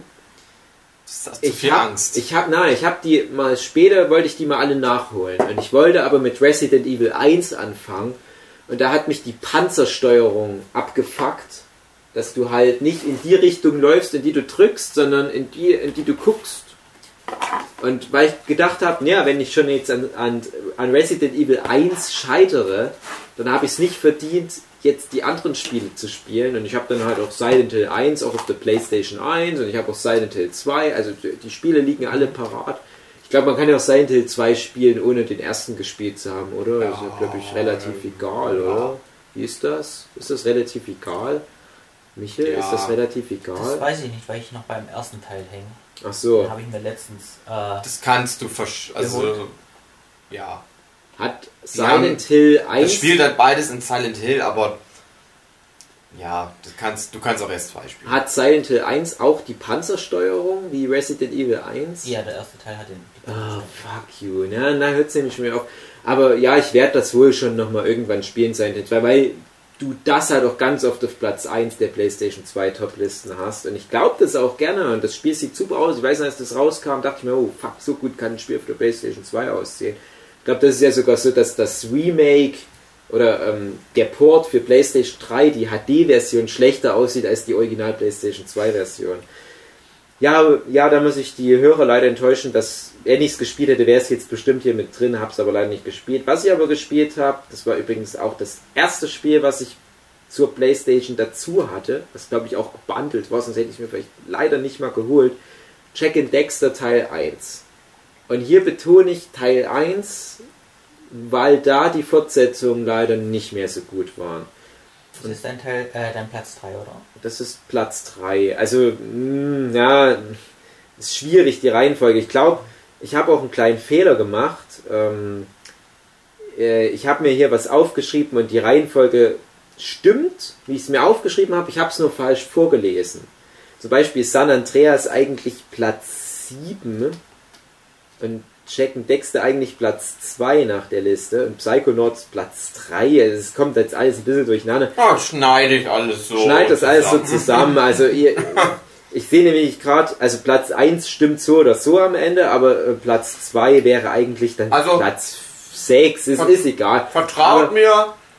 Das ist zu viel hab, Angst. Ich habe, nein, ich habe die mal später, wollte ich die mal alle nachholen. Und ich wollte aber mit Resident Evil eins anfangen. Und da hat mich die Panzersteuerung abgefuckt, dass du halt nicht in die Richtung läufst, in die du drückst, sondern in die, in die du guckst. Und weil ich gedacht habe, ja, wenn ich schon jetzt an, an, an Resident Evil eins scheitere, dann habe ich es nicht verdient, jetzt die anderen Spiele zu spielen. Und ich habe dann halt auch Silent Hill eins, auch auf der PlayStation eins, und ich habe auch Silent Hill zwei, also die Spiele liegen alle parat. Ich glaube, man kann ja auch Silent Hill zwei spielen, ohne den ersten gespielt zu haben, oder? Ja, das ist ja, glaube ich, relativ egal, ja. Oder? Wie ist das? Ist das relativ egal? Michael, ja. Ist das relativ egal? Das weiß ich nicht, weil ich noch beim ersten Teil hänge. Ach so. Den habe ich mir letztens... Äh, das kannst du versch... Also, geholt. Ja. Hat Silent Hill eins... Das spielt halt beides in Silent Hill, aber... Ja, das kannst, du kannst auch erst zwei spielen. Hat Silent Hill eins auch die Panzersteuerung wie Resident Evil eins? Ja, der erste Teil hat den. Oh, fuck you. Na, na hört es nämlich mehr auf. Aber ja, ich werde das wohl schon nochmal irgendwann spielen, Silent Hill zwei, weil du das halt auch ganz oft auf Platz eins der PlayStation zwei Top-Listen hast. Und ich glaube das auch gerne. Und das Spiel sieht super aus. Ich weiß nicht, als das rauskam, dachte ich mir, oh fuck, so gut kann ein Spiel auf der PlayStation zwei aussehen. Ich glaube, das ist ja sogar so, dass das Remake oder ähm, der Port für PlayStation drei, die H D-Version, schlechter aussieht als die Original PlayStation zwei-Version. Ja, ja, da muss ich die Hörer leider enttäuschen, dass wenn ich es gespielt hätte, wäre es jetzt bestimmt hier mit drin, habe es aber leider nicht gespielt. Was ich aber gespielt habe, das war übrigens auch das erste Spiel, was ich zur PlayStation dazu hatte, was glaube ich auch gebundelt war, sonst hätte ich mir vielleicht leider nicht mal geholt, Jak and Daxter Teil eins. Und hier betone ich Teil eins, weil da die Fortsetzungen leider nicht mehr so gut waren. Das ist dein, Teil, äh, dein Platz drei, oder? Das ist Platz drei. Also, mh, ja, ist schwierig die Reihenfolge. Ich glaube, ich habe auch einen kleinen Fehler gemacht. Ähm, äh, ich habe mir hier was aufgeschrieben und die Reihenfolge stimmt, wie ich es mir aufgeschrieben habe. Ich habe es nur falsch vorgelesen. Zum Beispiel ist San Andreas eigentlich Platz sieben und Jak and Daxter eigentlich Platz zwei nach der Liste und Psychonauts Platz drei. Also es kommt jetzt alles ein bisschen durcheinander. Oh, schneide ich alles so. Schneid das alles so zusammen. Also ihr, ich sehe nämlich gerade, also Platz eins stimmt so oder so am Ende, aber Platz zwei wäre eigentlich dann also, Platz sechs. Es ist egal. Vertraut aber, mir,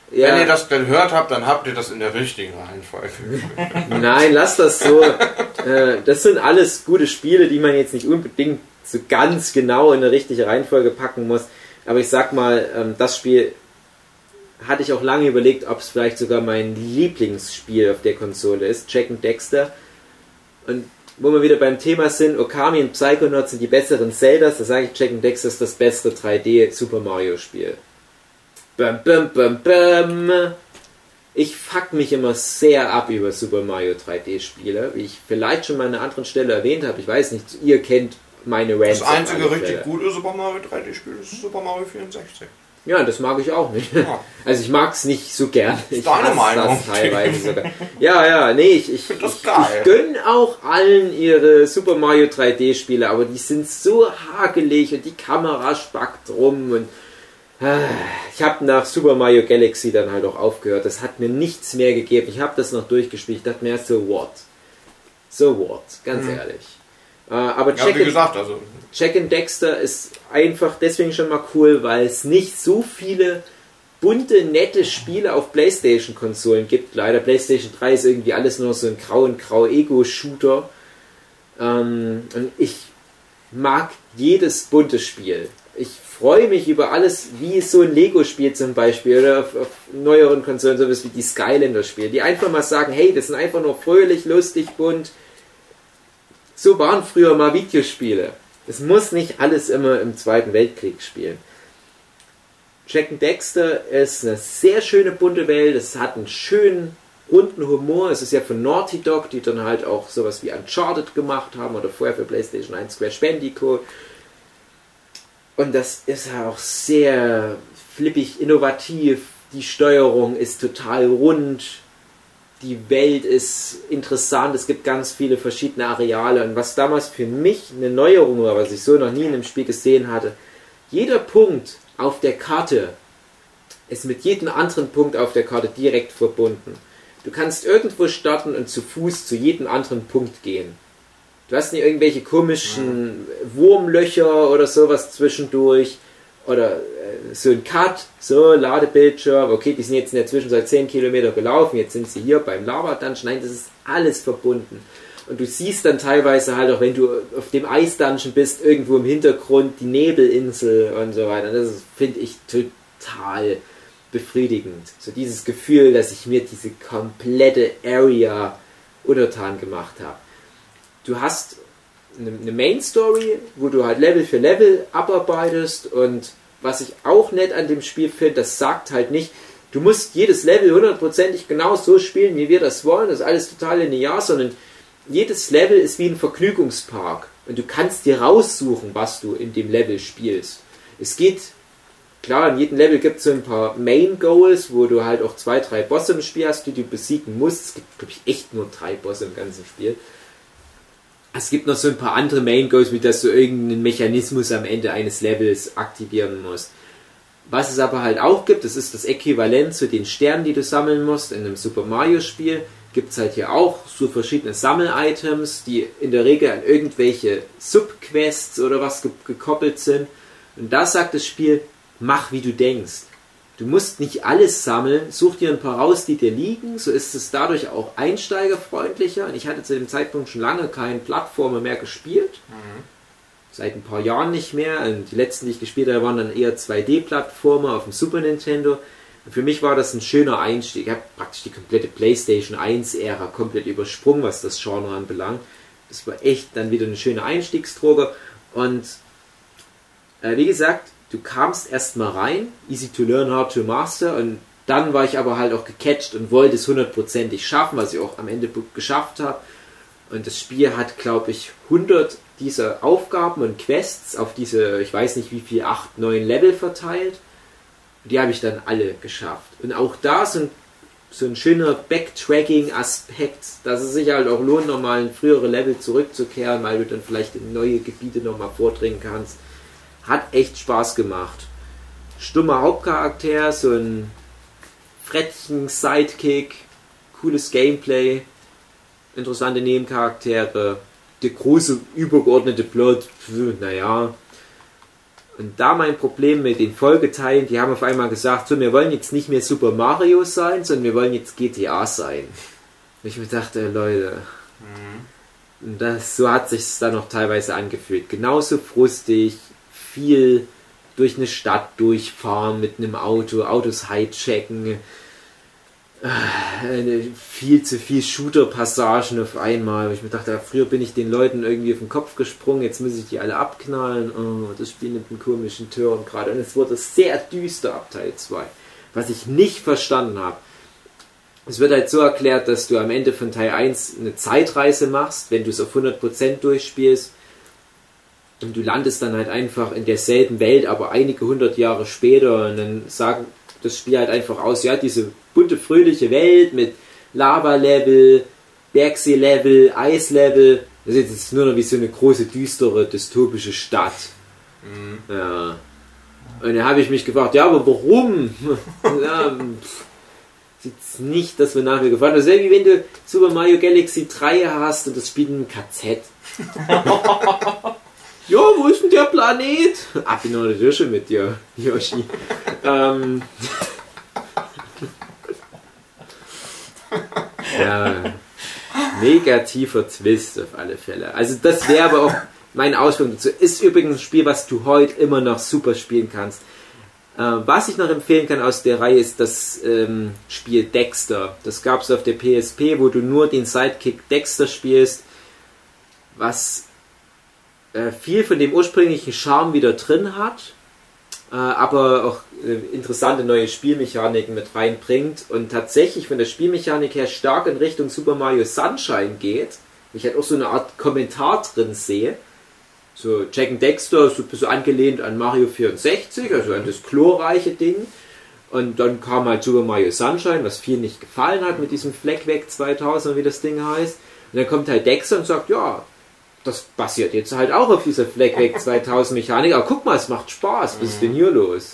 Ja. Wenn ihr das gehört habt, dann habt ihr das in der richtigen Reihenfolge. Nein, lass das so. äh, das sind alles gute Spiele, die man jetzt nicht unbedingt so ganz genau in eine richtige Reihenfolge packen muss. Aber ich sag mal, ähm, das Spiel hatte ich auch lange überlegt, ob es vielleicht sogar mein Lieblingsspiel auf der Konsole ist, Jak and Daxter. Und wo wir wieder beim Thema sind, Okami und Psychonauts sind die besseren Zeldas, da sage ich, Jak and Daxter ist das bessere drei D Super Mario Spiel. Bam, bam, bam, bam. Ich fuck mich immer sehr ab über Super Mario drei D Spiele, wie ich vielleicht schon mal an einer anderen Stelle erwähnt habe. Ich weiß nicht, ihr kennt meine Rants. Das einzige richtig gute Super Mario drei D Spiel ist Super Mario vierundsechzig. Ja, das mag ich auch nicht. Ja. Also ich mag es nicht so gern. Ich Deine hasse Meinung. das teilweise sogar. Ja, ja, nee, ich, ich, find das ich, geil. ich gönne auch allen ihre Super Mario drei D Spiele, aber die sind so hakelig und die Kamera spackt rum und ah, ich habe nach Super Mario Galaxy dann halt auch aufgehört. Das hat mir nichts mehr gegeben. Ich habe das noch durchgespielt. Ich dachte mir erst so, what? So what? Ganz Mhm. ehrlich. Äh, aber Ja, check wie it- gesagt, also Jak and Daxter ist einfach deswegen schon mal cool, weil es nicht so viele bunte, nette Spiele auf PlayStation-Konsolen gibt. Leider PlayStation drei ist irgendwie alles nur so ein grau und grau Ego-Shooter. Ähm, und ich mag jedes bunte Spiel. Ich freue mich über alles, wie so ein Lego-Spiel zum Beispiel oder auf, auf neueren Konsolen, sowas wie die Skylander-Spiele, die einfach mal sagen, hey, das sind einfach nur fröhlich, lustig, bunt. So waren früher mal Videospiele. Es muss nicht alles immer im Zweiten Weltkrieg spielen. Jak and Daxter ist eine sehr schöne bunte Welt. Es hat einen schönen, runden Humor. Es ist ja von Naughty Dog, die dann halt auch sowas wie Uncharted gemacht haben oder vorher für PlayStation eins Crash Bandicoot. Und das ist ja auch sehr flippig, innovativ. Die Steuerung ist total rund. Die Welt ist interessant, es gibt ganz viele verschiedene Areale und was damals für mich eine Neuerung war, was ich so noch nie in einem Spiel gesehen hatte, jeder Punkt auf der Karte ist mit jedem anderen Punkt auf der Karte direkt verbunden. Du kannst irgendwo starten und zu Fuß zu jedem anderen Punkt gehen. Du hast nicht irgendwelche komischen Wurmlöcher oder sowas zwischendurch oder äh, so ein Cut, so Ladebildschirm, okay, die sind jetzt in der Zwischenzeit zehn Kilometer gelaufen, jetzt sind sie hier beim Lava-Dungeon, nein, das ist alles verbunden. Und du siehst dann teilweise halt auch, wenn du auf dem Eis-Dungeon bist, irgendwo im Hintergrund die Nebelinsel und so weiter. Das finde ich total befriedigend. So dieses Gefühl, dass ich mir diese komplette Area untertan gemacht habe. Du hast eine Main Story, wo du halt Level für Level abarbeitest und was ich auch nett an dem Spiel finde, das sagt halt nicht, du musst jedes Level hundertprozentig genau so spielen, wie wir das wollen, das ist alles total linear, sondern jedes Level ist wie ein Vergnügungspark und du kannst dir raussuchen, was du in dem Level spielst. Es geht, klar, in jedem Level gibt es so ein paar Main Goals, wo du halt auch zwei, drei Bosse im Spiel hast, die du besiegen musst. Es gibt, glaube ich, echt nur drei Bosse im ganzen Spiel. Es gibt noch so ein paar andere Main Goals, wie dass du irgendeinen Mechanismus am Ende eines Levels aktivieren musst. Was es aber halt auch gibt, das ist das Äquivalent zu den Sternen, die du sammeln musst in einem Super Mario Spiel, gibt es halt hier auch so verschiedene Sammel-Items, die in der Regel an irgendwelche Subquests oder was ge- gekoppelt sind. Und da sagt das Spiel, mach wie du denkst. Du musst nicht alles sammeln, such dir ein paar raus, die dir liegen, so ist es dadurch auch einsteigerfreundlicher. Und ich hatte zu dem Zeitpunkt schon lange keinen Plattformer mehr gespielt. Mhm. Seit ein paar Jahren nicht mehr. Und die letzten, die ich gespielt habe, waren dann eher zwei D-Plattformer auf dem Super Nintendo. Und für mich war das ein schöner Einstieg. Ich habe praktisch die komplette PlayStation eins Ära komplett übersprungen, was das Genre anbelangt. Das war echt dann wieder eine schöne Einstiegsdroge. Und äh, wie gesagt, du kamst erstmal rein, easy to learn, hard to master, und dann war ich aber halt auch gecatcht und wollte es hundertprozentig schaffen, was ich auch am Ende geschafft habe. Und das Spiel hat, glaube ich, hundert dieser Aufgaben und Quests auf diese, ich weiß nicht wie viel, acht, neun Level verteilt. Und die habe ich dann alle geschafft. Und auch da so ein, so ein schöner Backtracking-Aspekt, dass es sich halt auch lohnt, nochmal in frühere Level zurückzukehren, weil du dann vielleicht in neue Gebiete nochmal vordringen kannst. Hat echt Spaß gemacht. Stummer Hauptcharakter, so ein Frettchen-Sidekick, cooles Gameplay, interessante Nebencharaktere, der große übergeordnete Plot, naja. Und da mein Problem mit den Folgeteilen, die haben auf einmal gesagt, so, wir wollen jetzt nicht mehr Super Mario sein, sondern wir wollen jetzt G T A sein. Und ich mir dachte, Leute, mhm. und das, so hat sich dann noch teilweise angefühlt. Genauso frustig, viel durch eine Stadt durchfahren mit einem Auto, Autos hijacken, äh, viel zu viel Shooter-Passagen auf einmal. Ich mir dachte, früher bin ich den Leuten irgendwie auf den Kopf gesprungen, jetzt muss ich die alle abknallen. Oh, das Spiel nimmt einen komischen Turn gerade. Und es wurde sehr düster ab Teil zwei. Was ich nicht verstanden habe. Es wird halt so erklärt, dass du am Ende von Teil eins eine Zeitreise machst, wenn du es auf hundert Prozent durchspielst. Und du landest dann halt einfach in derselben Welt, aber einige hundert Jahre später. Und dann sagt das Spiel halt einfach aus, ja, diese bunte, fröhliche Welt mit Lava-Level, Bergsee-Level, Eis-Level. Das ist jetzt nur noch wie so eine große, düstere, dystopische Stadt. Mhm. Ja. Und da habe ich mich gefragt, ja, aber warum? ja, sieht's nicht, dass wir nachher gefragt haben. Das ist wie wenn du Super Mario Galaxy drei hast und das spielt in einem K Z. Ja, wo ist denn der Planet? Ab in der Dusche mit dir, Yoshi. ähm. ja. Negativer Twist auf alle Fälle. Also das wäre aber auch mein Ausführung dazu. Ist übrigens ein Spiel, was du heute immer noch super spielen kannst. Äh, was ich noch empfehlen kann aus der Reihe ist das ähm, Spiel Dexter. Das gab es auf der P S P, wo du nur den Sidekick Dexter spielst, was viel von dem ursprünglichen Charme wieder drin hat, äh, aber auch äh, interessante neue Spielmechaniken mit reinbringt und tatsächlich von der Spielmechanik her stark in Richtung Super Mario Sunshine geht. Ich halt auch so eine Art Kommentar drin sehe. So Jack and Dexter, so ein bisschen angelehnt an Mario vierundsechzig, also an das chlorreiche Ding. Und dann kam halt Super Mario Sunshine, was vielen nicht gefallen hat mit diesem Fleck weg zweitausend, wie das Ding heißt. Und dann kommt halt Dexter und sagt, ja, das basiert jetzt halt auch auf dieser Fleck weg zweitausend Mechanik, aber guck mal, es macht Spaß, was ist denn hier los?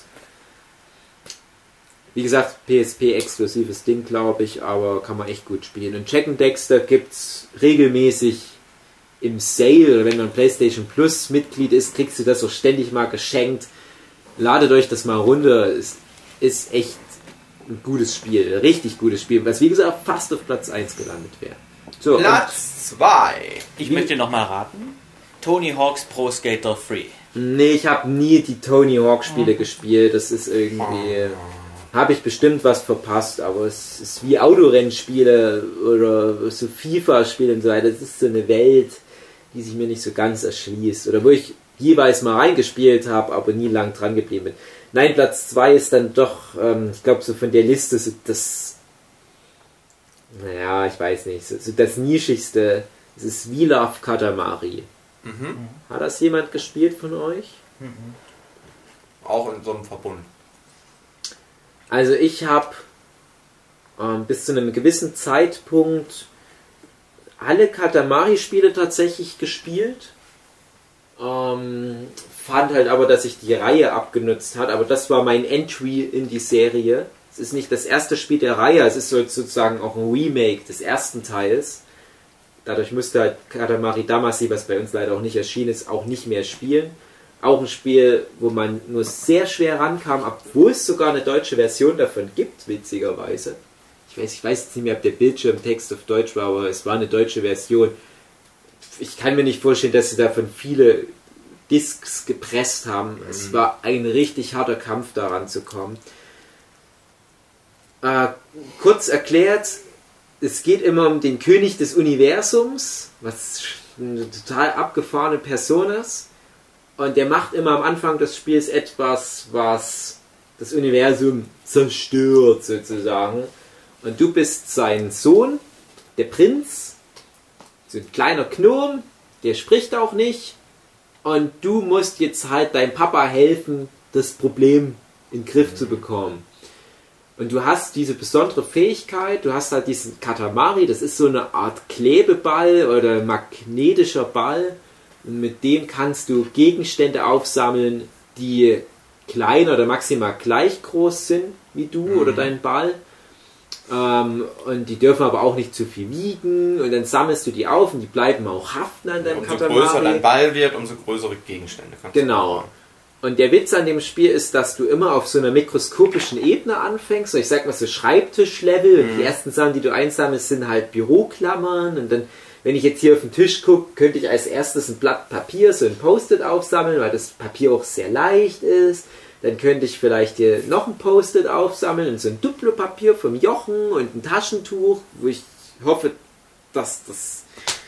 Wie gesagt, P S P-exklusives Ding, glaube ich, aber kann man echt gut spielen. Und Jack and Dexter gibt es regelmäßig im Sale, oder wenn man PlayStation Plus Mitglied ist, kriegst du das auch ständig mal geschenkt. Ladet euch das mal runter, es ist echt ein gutes Spiel, ein richtig gutes Spiel, was wie gesagt fast auf Platz eins gelandet wäre. So, Platz zwei. Ich Wie? möchte nochmal raten. Tony Hawk's Pro Skater drei. Nee, ich habe nie die Tony Hawk Spiele oh. gespielt. Das ist irgendwie... Oh. Habe ich bestimmt was verpasst, aber es ist wie Autorennspiele oder so FIFA-Spiele und so weiter. Das ist so eine Welt, die sich mir nicht so ganz erschließt. Oder wo ich jeweils mal reingespielt habe, aber nie lang dran geblieben bin. Nein, Platz zwei ist dann doch, ähm, ich glaube so von der Liste, so das... Naja, ich weiß nicht. So, so das nischigste, das ist We Love Katamari. Mhm. Hat das jemand gespielt von euch? Mhm. Auch in so einem Verbund. Also ich habe ähm, bis zu einem gewissen Zeitpunkt alle Katamari-Spiele tatsächlich gespielt. Ähm, fand halt aber, dass sich die Reihe abgenutzt hat. Aber das war mein Entry in die Serie. Es ist nicht das erste Spiel der Reihe, es ist sozusagen auch ein Remake des ersten Teils. Dadurch musste halt Katamari Damacy, was bei uns leider auch nicht erschienen ist, auch nicht mehr spielen. Auch ein Spiel, wo man nur sehr schwer rankam, obwohl es sogar eine deutsche Version davon gibt, witzigerweise. Ich weiß, ich weiß jetzt nicht mehr, ob der Bildschirmtext auf Deutsch war, aber es war eine deutsche Version. Ich kann mir nicht vorstellen, dass sie davon viele Discs gepresst haben. Mhm. Es war ein richtig harter Kampf, daran zu kommen. Äh, kurz erklärt, es geht immer um den König des Universums, was eine total abgefahrene Person ist. Und der macht immer am Anfang des Spiels etwas, was das Universum zerstört, sozusagen. Und du bist sein Sohn, der Prinz, so ein kleiner Gnome, der spricht auch nicht. Und du musst jetzt halt deinem Papa helfen, das Problem in den Griff zu bekommen. Und du hast diese besondere Fähigkeit, du hast halt diesen Katamari, das ist so eine Art Klebeball oder magnetischer Ball. Und mit dem kannst du Gegenstände aufsammeln, die klein oder maximal gleich groß sind wie du mhm. oder dein Ball. Ähm, und die dürfen aber auch nicht zu viel wiegen. Und dann sammelst du die auf und die bleiben auch haften an deinem ja, umso Katamari. Umso größer dein Ball wird, umso größere Gegenstände kannst genau. du haben. Und der Witz an dem Spiel ist, dass du immer auf so einer mikroskopischen Ebene anfängst. Ich sag mal so Schreibtischlevel. Und die ersten Sachen, die du einsammelst, sind halt Büroklammern. Und dann, wenn ich jetzt hier auf den Tisch gucke, könnte ich als erstes ein Blatt Papier, so ein Post-it aufsammeln, weil das Papier auch sehr leicht ist. Dann könnte ich vielleicht hier noch ein Post-it aufsammeln und so ein Duplo-Papier vom Jochen und ein Taschentuch, wo ich hoffe, dass das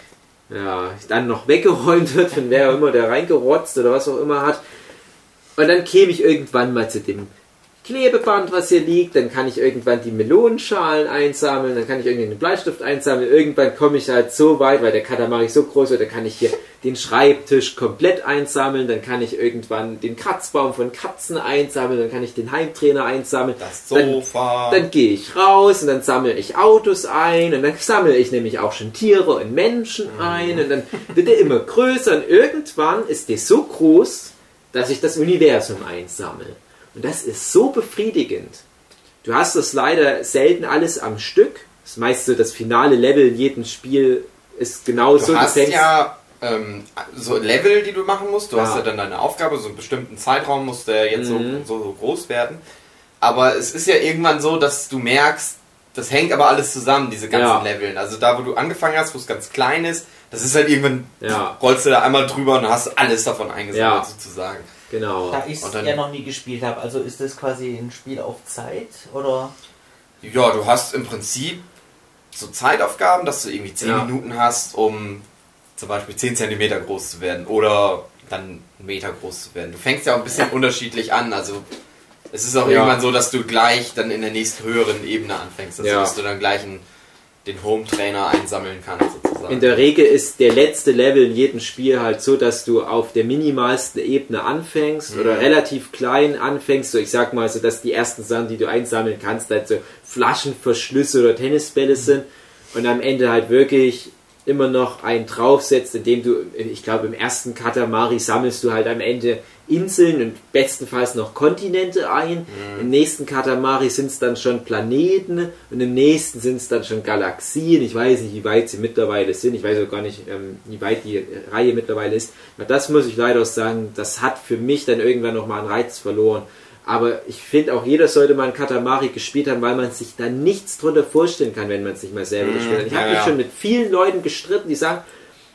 ja, dann noch weggeräumt wird, von wer auch immer der reingerotzt oder was auch immer hat. Und dann käme ich irgendwann mal zu dem Klebeband, was hier liegt, dann kann ich irgendwann die Melonenschalen einsammeln, dann kann ich irgendwie einen Bleistift einsammeln, irgendwann komme ich halt so weit, weil der Katamari so groß wird, dann kann ich hier den Schreibtisch komplett einsammeln, dann kann ich irgendwann den Kratzbaum von Katzen einsammeln, dann kann ich den Heimtrainer einsammeln, das Sofa. Dann, dann gehe ich raus und dann sammle ich Autos ein und dann sammle ich nämlich auch schon Tiere und Menschen ein und dann wird er immer größer und irgendwann ist der so groß, dass ich das Universum einsammle. Und das ist so befriedigend. Du hast das leider selten alles am Stück. Das ist meist so das finale Level in jedem Spiel ist genau so. Du hast ja ähm, so Level, die du machen musst. Du ja. hast ja dann deine Aufgabe, so einen bestimmten Zeitraum muss der jetzt mhm. so, so, so groß werden. Aber es ist ja irgendwann so, dass du merkst, das hängt aber alles zusammen, diese ganzen ja. Leveln. Also da, wo du angefangen hast, wo es ganz klein ist, das ist halt irgendwann, ja. rollst du da einmal drüber und hast alles davon eingesammelt, ja. sozusagen. Genau. Da ich es ja noch nie gespielt habe, also ist das quasi ein Spiel auf Zeit, oder? Ja, du hast im Prinzip so Zeitaufgaben, dass du irgendwie zehn ja. Minuten hast, um zum Beispiel zehn Zentimeter groß zu werden oder dann einen Meter groß zu werden. Du fängst ja auch ein bisschen unterschiedlich an, also es ist auch ja. irgendwann so, dass du gleich dann in der nächsten höheren Ebene anfängst, also ja. dass du dann gleich einen, den Home-Trainer einsammeln kannst sozusagen. In der Regel ist der letzte Level in jedem Spiel halt so, dass du auf der minimalsten Ebene anfängst mhm. oder relativ klein anfängst. So, ich sag mal so, dass die ersten Sachen, die du einsammeln kannst, halt so Flaschenverschlüsse oder Tennisbälle mhm. sind und am Ende halt wirklich immer noch einen draufsetzt, indem du, ich glaube im ersten Katamari sammelst du halt am Ende Inseln und bestenfalls noch Kontinente ein. Mhm. Im nächsten Katamari sind es dann schon Planeten und im nächsten sind es dann schon Galaxien. Ich weiß nicht, wie weit sie mittlerweile sind. Ich weiß auch gar nicht, ähm, wie weit die Reihe mittlerweile ist. Aber das muss ich leider auch sagen, das hat für mich dann irgendwann nochmal einen Reiz verloren. Aber ich finde auch, jeder sollte mal einen Katamari gespielt haben, weil man sich da nichts drunter vorstellen kann, wenn man es nicht mal selber mhm. gespielt hat. Ich habe ja, mich ja. schon mit vielen Leuten gestritten, die sagen,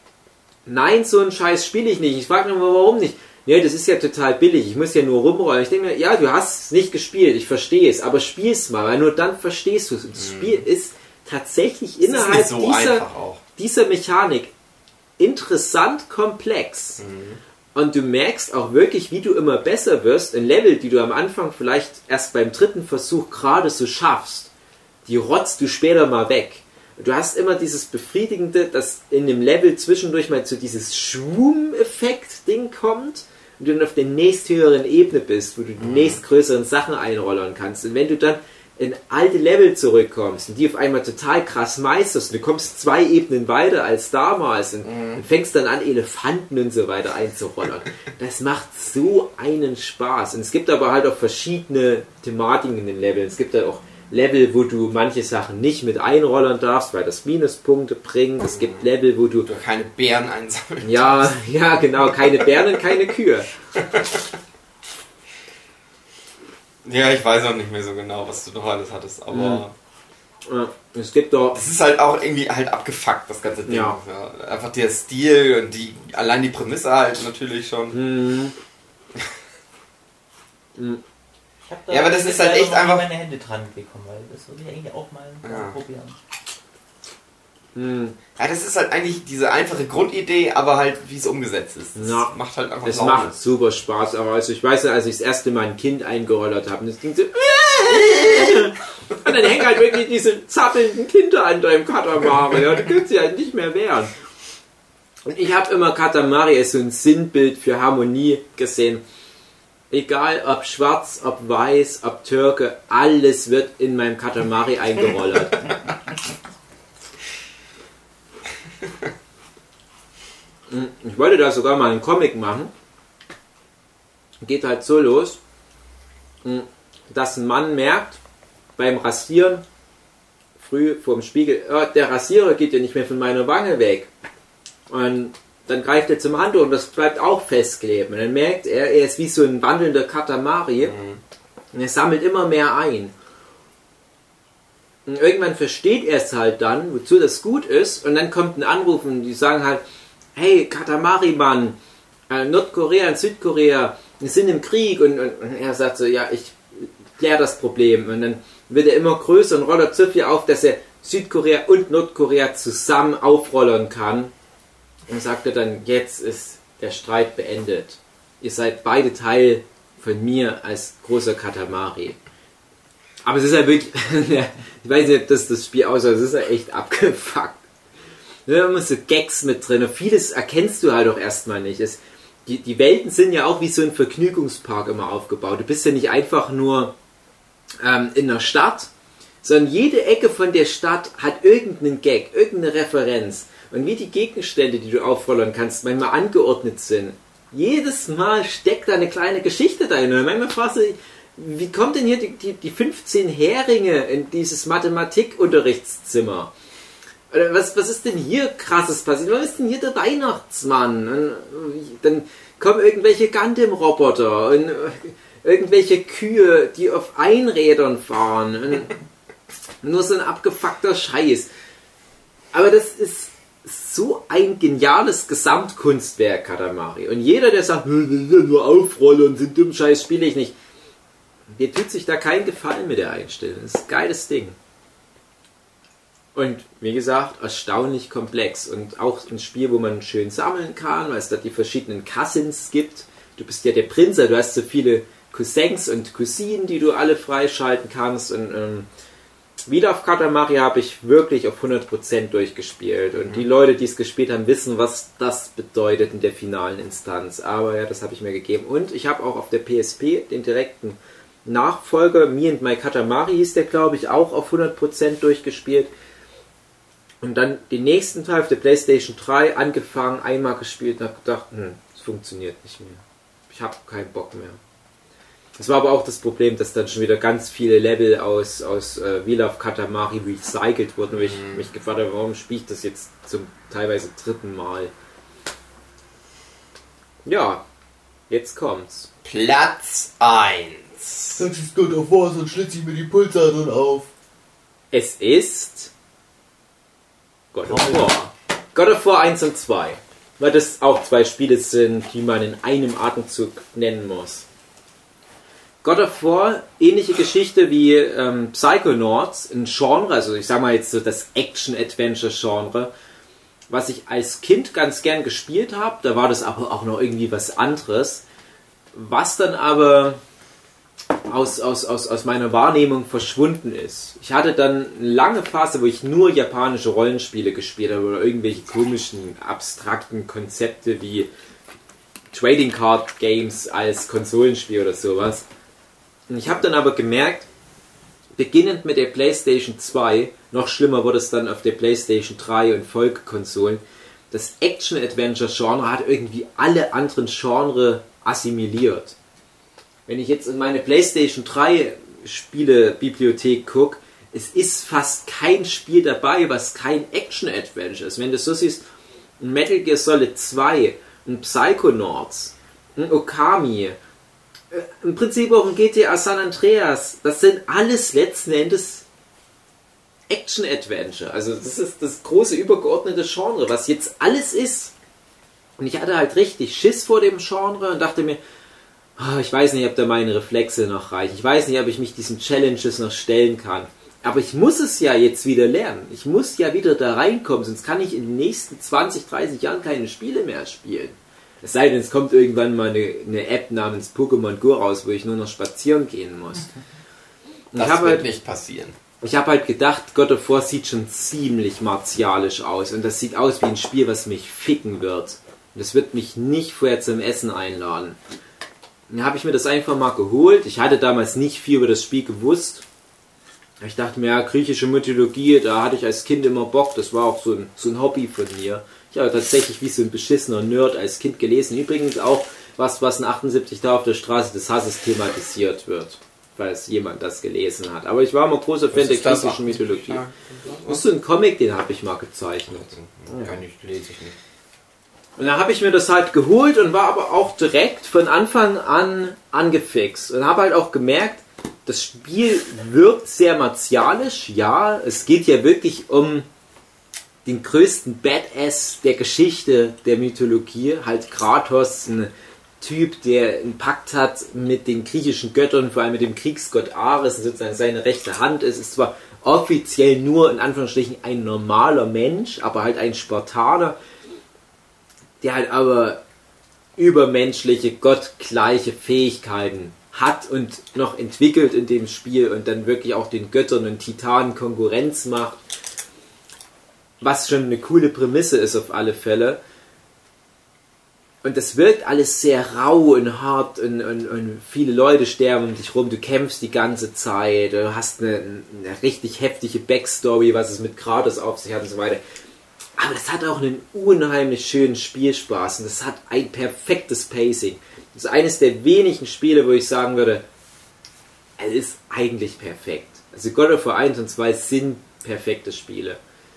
nein, so einen Scheiß spiele ich nicht. Ich frage mich mal, warum nicht? Ja, das ist ja total billig, ich muss ja nur rumrollen. Ich denke mir, ja, du hast es nicht gespielt, ich verstehe es, aber spiel es mal, weil nur dann verstehst du es. Und das Spiel ist tatsächlich das innerhalb ist so dieser, dieser Mechanik interessant komplex. Mhm. Und du merkst auch wirklich, wie du immer besser wirst. Ein Level, die du am Anfang vielleicht erst beim dritten Versuch gerade so schaffst, die rotzt du später mal weg. Du hast immer dieses Befriedigende, dass in dem Level zwischendurch mal zu dieses Schwum-Effekt-Ding kommt und du dann auf der nächsthöheren Ebene bist, wo du die nächstgrößeren Sachen einrollern kannst. Und wenn du dann in alte Level zurückkommst und die auf einmal total krass meisterst und du kommst zwei Ebenen weiter als damals und, mhm. und fängst dann an, Elefanten und so weiter einzurollern. Das macht so einen Spaß. Und es gibt aber halt auch verschiedene Thematiken in den Leveln. Es gibt dann auch Level, wo du manche Sachen nicht mit einrollern darfst, weil das Minuspunkte bringt. Es gibt Level, wo du... Du keine Bären einsammeln Ja, darfst. Ja, genau. Keine Bären und keine Kühe. Ja, ich weiß auch nicht mehr so genau, was du noch alles hattest, aber... Ja, es gibt doch... Das ist halt auch irgendwie halt abgefuckt, das ganze Ding. Ja. Ja, einfach der Stil und die allein die Prämisse halt natürlich schon. Mhm. Mhm. Da ja, aber das ist halt echt einfach... meine Hände dran gekommen, weil das würde ich eigentlich auch mal ja. probieren. Hm. Ja, das ist halt eigentlich diese einfache Grundidee, aber halt wie es umgesetzt ist. Das ja. macht halt einfach Es Laune. macht super Spaß, aber also ich weiß ja, als ich das erste Mal ein Kind eingerollert habe, und das ging so und dann hängen halt wirklich diese zappelnden Kinder an deinem Katamari, ja, du kannst sie halt nicht mehr wehren. Und ich habe immer Katamari als so ein Sinnbild für Harmonie gesehen. Egal ob schwarz, ob weiß, ob Türke, alles wird in meinem Katamari eingerollert. Ich wollte da sogar mal einen Comic machen. Geht halt so los, dass ein Mann merkt, beim Rasieren, früh vorm Spiegel, oh, der Rasierer geht ja nicht mehr von meiner Wange weg. Und dann greift er zum Handtuch und das bleibt auch festkleben. Und dann merkt er, er ist wie so ein wandelnder Katamari mhm. und er sammelt immer mehr ein. Und irgendwann versteht er es halt dann, wozu das gut ist, und dann kommt ein Anruf und die sagen halt, hey, Katamari-Mann, äh, Nordkorea und Südkorea, wir sind im Krieg, und, und, und er sagt so, ja, ich kläre das Problem, und dann wird er immer größer und rollert so viel auf, dass er Südkorea und Nordkorea zusammen aufrollern kann, und sagt er dann, jetzt ist der Streit beendet. Ihr seid beide Teil von mir als großer Katamari. Aber es ist ja wirklich, ich weiß nicht, ob das das Spiel aussieht, es ist ja echt abgefuckt. Da haben immer so Gags mit drin, und vieles erkennst du halt auch erstmal nicht. Es, die, die Welten sind ja auch wie so ein Vergnügungspark immer aufgebaut. Du bist ja nicht einfach nur ähm, in einer Stadt, sondern jede Ecke von der Stadt hat irgendeinen Gag, irgendeine Referenz. Und wie die Gegenstände, die du aufrollern kannst, manchmal angeordnet sind. Jedes Mal steckt da eine kleine Geschichte dahinter. Und manchmal fragst du dich, wie kommt denn hier die, die, die fünfzehn Heringe in dieses Mathematikunterrichtszimmer? Was, was ist denn hier krasses passiert? Was ist denn hier der Weihnachtsmann? Und dann kommen irgendwelche Gundam-Roboter und irgendwelche Kühe, die auf Einrädern fahren. Und nur so ein abgefuckter Scheiß. Aber das ist so ein geniales Gesamtkunstwerk, Katamari. Und jeder, der sagt, nur aufrollen und sind dumm, Scheiß, spiele ich nicht. Dir tut sich da kein Gefallen mit der Einstellung. Das ist ein geiles Ding. Und wie gesagt, erstaunlich komplex. Und auch ein Spiel, wo man schön sammeln kann, weil es da die verschiedenen Cousins gibt. Du bist ja der Prinz, du hast so viele Cousins und Cousinen, die du alle freischalten kannst. Und ähm, wieder auf Katamari habe ich wirklich auf hundert Prozent durchgespielt. Und mhm. die Leute, die es gespielt haben, wissen, was das bedeutet in der finalen Instanz. Aber ja, das habe ich mir gegeben. Und ich habe auch auf der P S P den direkten Nachfolger, Me and My Katamari hieß der, glaube ich, auch auf hundert Prozent durchgespielt. Und dann den nächsten Teil auf der PlayStation drei angefangen, einmal gespielt und habe gedacht, hm, das funktioniert nicht mehr. Ich habe keinen Bock mehr. Das war aber auch das Problem, dass dann schon wieder ganz viele Level aus, aus äh, We Love Katamari recycelt wurden, wo ich mhm. mich gefragt habe, warum spiele ich das jetzt zum teilweise dritten Mal. Ja, jetzt kommt's. Platz eins. Sagst du, es God of War, sonst schlitze ich mir die Pulsadern auf. Es ist God of War. God of War eins und zwei. Weil das auch zwei Spiele sind, die man in einem Atemzug nennen muss. God of War, ähnliche Geschichte wie ähm, Psychonauts, ein Genre, also ich sag mal jetzt so das Action-Adventure-Genre, was ich als Kind ganz gern gespielt habe. Da war das aber auch noch irgendwie was anderes. Was dann aber aus, aus, aus, aus meiner Wahrnehmung verschwunden ist. Ich hatte dann eine lange Phase, wo ich nur japanische Rollenspiele gespielt habe oder irgendwelche komischen, abstrakten Konzepte wie Trading Card Games als Konsolenspiel oder sowas. Und ich habe dann aber gemerkt, beginnend mit der PlayStation zwei, noch schlimmer wurde es dann auf der PlayStation drei und Folgekonsolen, das Action-Adventure-Genre hat irgendwie alle anderen Genre assimiliert. Wenn ich jetzt in meine PlayStation drei Spiele-Bibliothek gucke, es ist fast kein Spiel dabei, was kein Action-Adventure ist. Wenn du so siehst, ein Metal Gear Solid zwei, ein Psychonauts, ein Okami, äh, im Prinzip auch ein G T A San Andreas, das sind alles letzten Endes Action-Adventure. Also das ist das große übergeordnete Genre, was jetzt alles ist. Und ich hatte halt richtig Schiss vor dem Genre und dachte mir, oh, ich weiß nicht, ob da meine Reflexe noch reichen. Ich weiß nicht, ob ich mich diesen Challenges noch stellen kann. Aber ich muss es ja jetzt wieder lernen. Ich muss ja wieder da reinkommen, sonst kann ich in den nächsten zwanzig, dreißig Jahren keine Spiele mehr spielen. Es sei denn, es kommt irgendwann mal eine, eine App namens Pokémon Go raus, wo ich nur noch spazieren gehen muss. Das wird halt nicht passieren. Ich habe halt gedacht, God of War sieht schon ziemlich martialisch aus. Und das sieht aus wie ein Spiel, was mich ficken wird. Und das wird mich nicht vorher zum Essen einladen. Dann habe ich mir das einfach mal geholt. Ich hatte damals nicht viel über das Spiel gewusst. Ich dachte mir, ja, griechische Mythologie, da hatte ich als Kind immer Bock. Das war auch so ein, so ein Hobby von mir. Ich habe tatsächlich wie so ein beschissener Nerd als Kind gelesen. Übrigens auch was, was in achtundsiebzig da auf der Straße des Hasses thematisiert wird. Falls jemand das gelesen hat. Aber ich war immer großer Fan der griechischen Mythologie. Das ist so ein Comic, den habe ich mal gezeichnet. Kann ich, lese ich nicht. Und dann habe ich mir das halt geholt und war aber auch direkt von Anfang an angefixt. Und habe halt auch gemerkt, das Spiel wirkt sehr martialisch. Ja, es geht ja wirklich um den größten Badass der Geschichte der Mythologie. Halt Kratos, ein Typ, der einen Pakt hat mit den griechischen Göttern, vor allem mit dem Kriegsgott Ares, und sozusagen seine rechte Hand ist. Ist zwar offiziell nur in Anführungsstrichen ein normaler Mensch, aber halt ein Spartaner, der halt aber übermenschliche, gottgleiche Fähigkeiten hat und noch entwickelt in dem Spiel und dann wirklich auch den Göttern und Titanen Konkurrenz macht. Was schon eine coole Prämisse ist auf alle Fälle. Und das wirkt alles sehr rau und hart und, und, und viele Leute sterben um dich rum, du kämpfst die ganze Zeit, du hast eine, eine richtig heftige Backstory, was es mit Kratos auf sich hat und so weiter. Aber das hat auch einen unheimlich schönen Spielspaß und das hat ein perfektes Pacing. Das ist eines der wenigen Spiele, wo ich sagen würde, es ist eigentlich perfekt. Also God of War eins und zwei sind perfekte Spiele.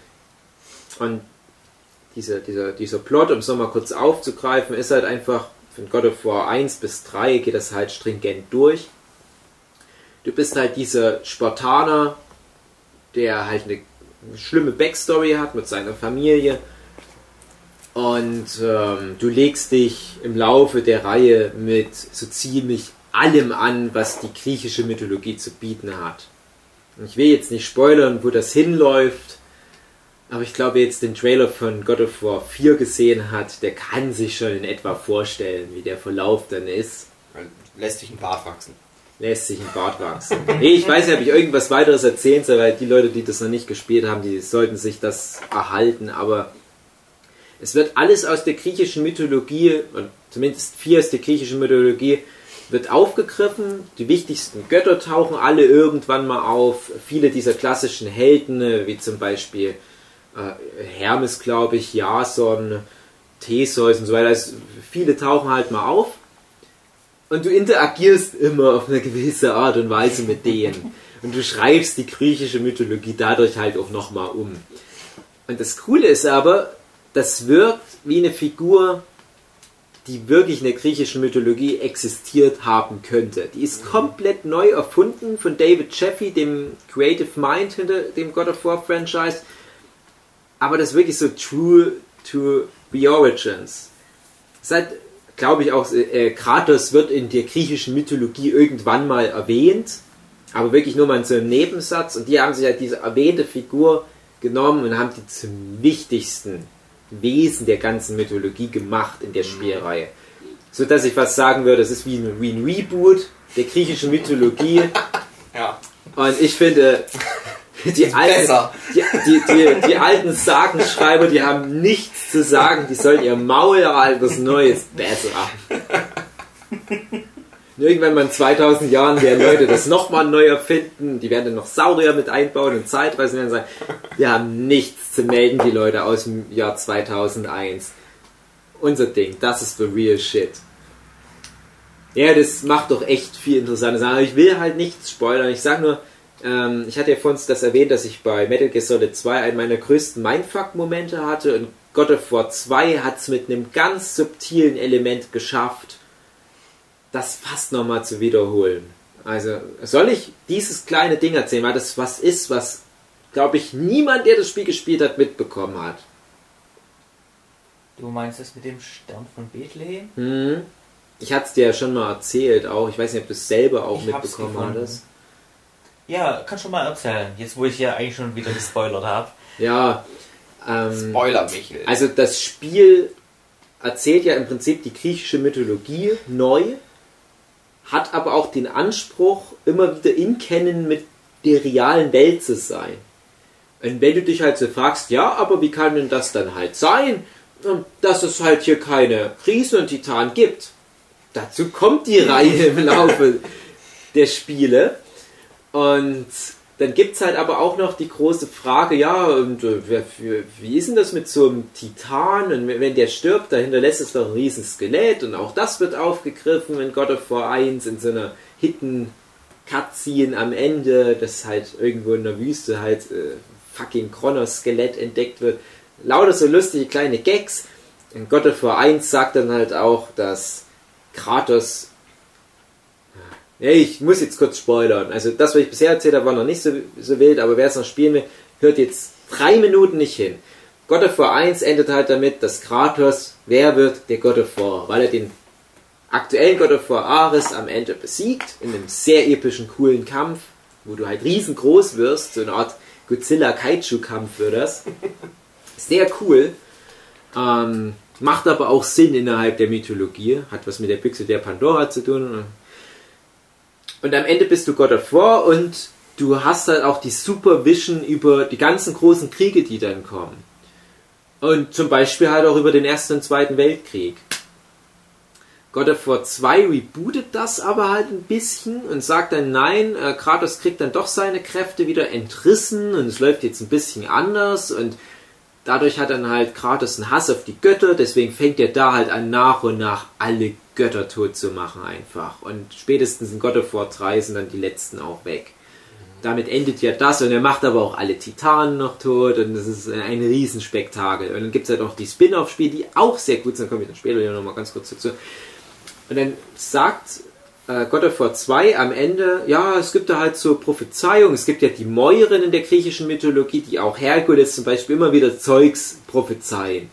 Und Dieser, dieser, dieser Plot, um es nochmal kurz aufzugreifen, ist halt einfach, von God of War eins bis drei geht das halt stringent durch. Du bist halt dieser Spartaner, der halt eine schlimme Backstory hat mit seiner Familie und ähm, du legst dich im Laufe der Reihe mit so ziemlich allem an, was die griechische Mythologie zu bieten hat. Und ich will jetzt nicht spoilern, wo das hinläuft, aber ich glaube, wer jetzt den Trailer von God of War vier gesehen hat, der kann sich schon in etwa vorstellen, wie der Verlauf dann ist. Lässt sich ein Bart wachsen. Lässt sich ein Bart wachsen. Nee, ich weiß nicht, ob ich irgendwas weiteres erzählen soll, weil die Leute, die das noch nicht gespielt haben, die sollten sich das erhalten, aber es wird alles aus der griechischen Mythologie, und zumindest viel aus der griechischen Mythologie, wird aufgegriffen. Die wichtigsten Götter tauchen alle irgendwann mal auf. Viele dieser klassischen Helden, wie zum Beispiel Hermes, glaube ich, Jason, Theseus und so weiter. Also viele tauchen halt mal auf und du interagierst immer auf eine gewisse Art und Weise mit denen. Und du schreibst die griechische Mythologie dadurch halt auch nochmal um. Und das Coole ist aber, das wirkt wie eine Figur, die wirklich in der griechischen Mythologie existiert haben könnte. Die ist komplett neu erfunden von David Jaffe, dem Creative Mind hinter dem God of War Franchise. Aber das ist wirklich so true to the origins. Seit, glaube ich auch, äh, Kratos wird in der griechischen Mythologie irgendwann mal erwähnt, aber wirklich nur mal in so einem Nebensatz. Und die haben sich halt diese erwähnte Figur genommen und haben die zum wichtigsten Wesen der ganzen Mythologie gemacht in der Spielreihe. So dass ich fast sagen würde, es ist wie ein, wie ein Reboot der griechischen Mythologie. Ja. Und ich finde... Die alten, die, die, die, die alten Sagenschreiber, die haben nichts zu sagen, die sollen ihr Maul halten, was Neues besser. Und irgendwann mal in zweitausend Jahren werden Leute das nochmal neu erfinden, die werden dann noch Saurier mit einbauen und Zeitreisen werden sagen, wir haben nichts zu melden, die Leute aus dem Jahr zweitausendeins. Unser Ding, das ist the real shit. Ja, das macht doch echt viel Interessantes. Aber ich will halt nichts spoilern, ich sag nur, ich hatte ja vorhin das erwähnt, dass ich bei Metal Gear Solid zwei einen meiner größten Mindfuck-Momente hatte und God of War zwei hat es mit einem ganz subtilen Element geschafft, das fast nochmal zu wiederholen. Also soll ich dieses kleine Ding erzählen, weil das was ist, was, glaube ich, niemand, der das Spiel gespielt hat, mitbekommen hat. Du meinst das mit dem Stern von Bethlehem? Hm. Ich hatte es dir ja schon mal erzählt auch, ich weiß nicht, ob du es selber auch ich mitbekommen hattest. Ja, kann schon mal erzählen. Jetzt, wo ich ja eigentlich schon wieder gespoilert habe. Ja. Ähm, Spoiler, Michel. Also das Spiel erzählt ja im Prinzip die griechische Mythologie neu, hat aber auch den Anspruch, immer wieder in Kennen mit der realen Welt zu sein. Und wenn du dich halt so fragst, ja, aber wie kann denn das dann halt sein, dass es halt hier keine Riesen und Titanen gibt? Dazu kommt die Reihe im Laufe der Spiele. Und dann gibt es halt aber auch noch die große Frage, ja, und äh, wie ist denn das mit so einem Titan? Und wenn der stirbt, da hinterlässt es doch ein riesen Skelett und auch das wird aufgegriffen in God of War eins in so einer Hidden Cutscene am Ende, dass halt irgendwo in der Wüste halt äh, fucking Kronos Skelett entdeckt wird. Lauter so lustige kleine Gags. in God of War eins sagt dann halt auch, dass Kratos... Ja, ich muss jetzt kurz spoilern. Also das, was ich bisher erzählt habe, war noch nicht so, so wild, aber wer es noch spielen will, hört jetzt drei Minuten nicht hin. God of War eins endet halt damit, dass Kratos, wer wird der God of War? Weil er den aktuellen God of War Ares am Ende besiegt, in einem sehr epischen, coolen Kampf, wo du halt riesengroß wirst, so eine Art Godzilla-Kaiju-Kampf wird das. Sehr cool. Ähm, macht aber auch Sinn innerhalb der Mythologie, hat was mit der Büchse der Pandora zu tun. Und am Ende bist du God of War und du hast halt auch die Supervision über die ganzen großen Kriege, die dann kommen. Und zum Beispiel halt auch über den Ersten und Zweiten Weltkrieg. God of War zwei rebootet das aber halt ein bisschen und sagt dann, nein, äh, Kratos kriegt dann doch seine Kräfte wieder entrissen und es läuft jetzt ein bisschen anders und dadurch hat dann halt Kratos einen Hass auf die Götter, deswegen fängt er da halt an, nach und nach alle Götter tot zu machen einfach. Und spätestens in God of War drei sind dann die letzten auch weg. Damit endet ja das und er macht aber auch alle Titanen noch tot und das ist ein Riesenspektakel. Und dann gibt es halt auch die Spin-Off-Spiele, die auch sehr gut sind, da komme ich dann später noch mal ganz kurz dazu. Und dann sagt äh, God of War zwei am Ende, ja, es gibt da halt so Prophezeiungen, es gibt ja die Moiren in der griechischen Mythologie, die auch Herkules zum Beispiel immer wieder Zeugs prophezeien.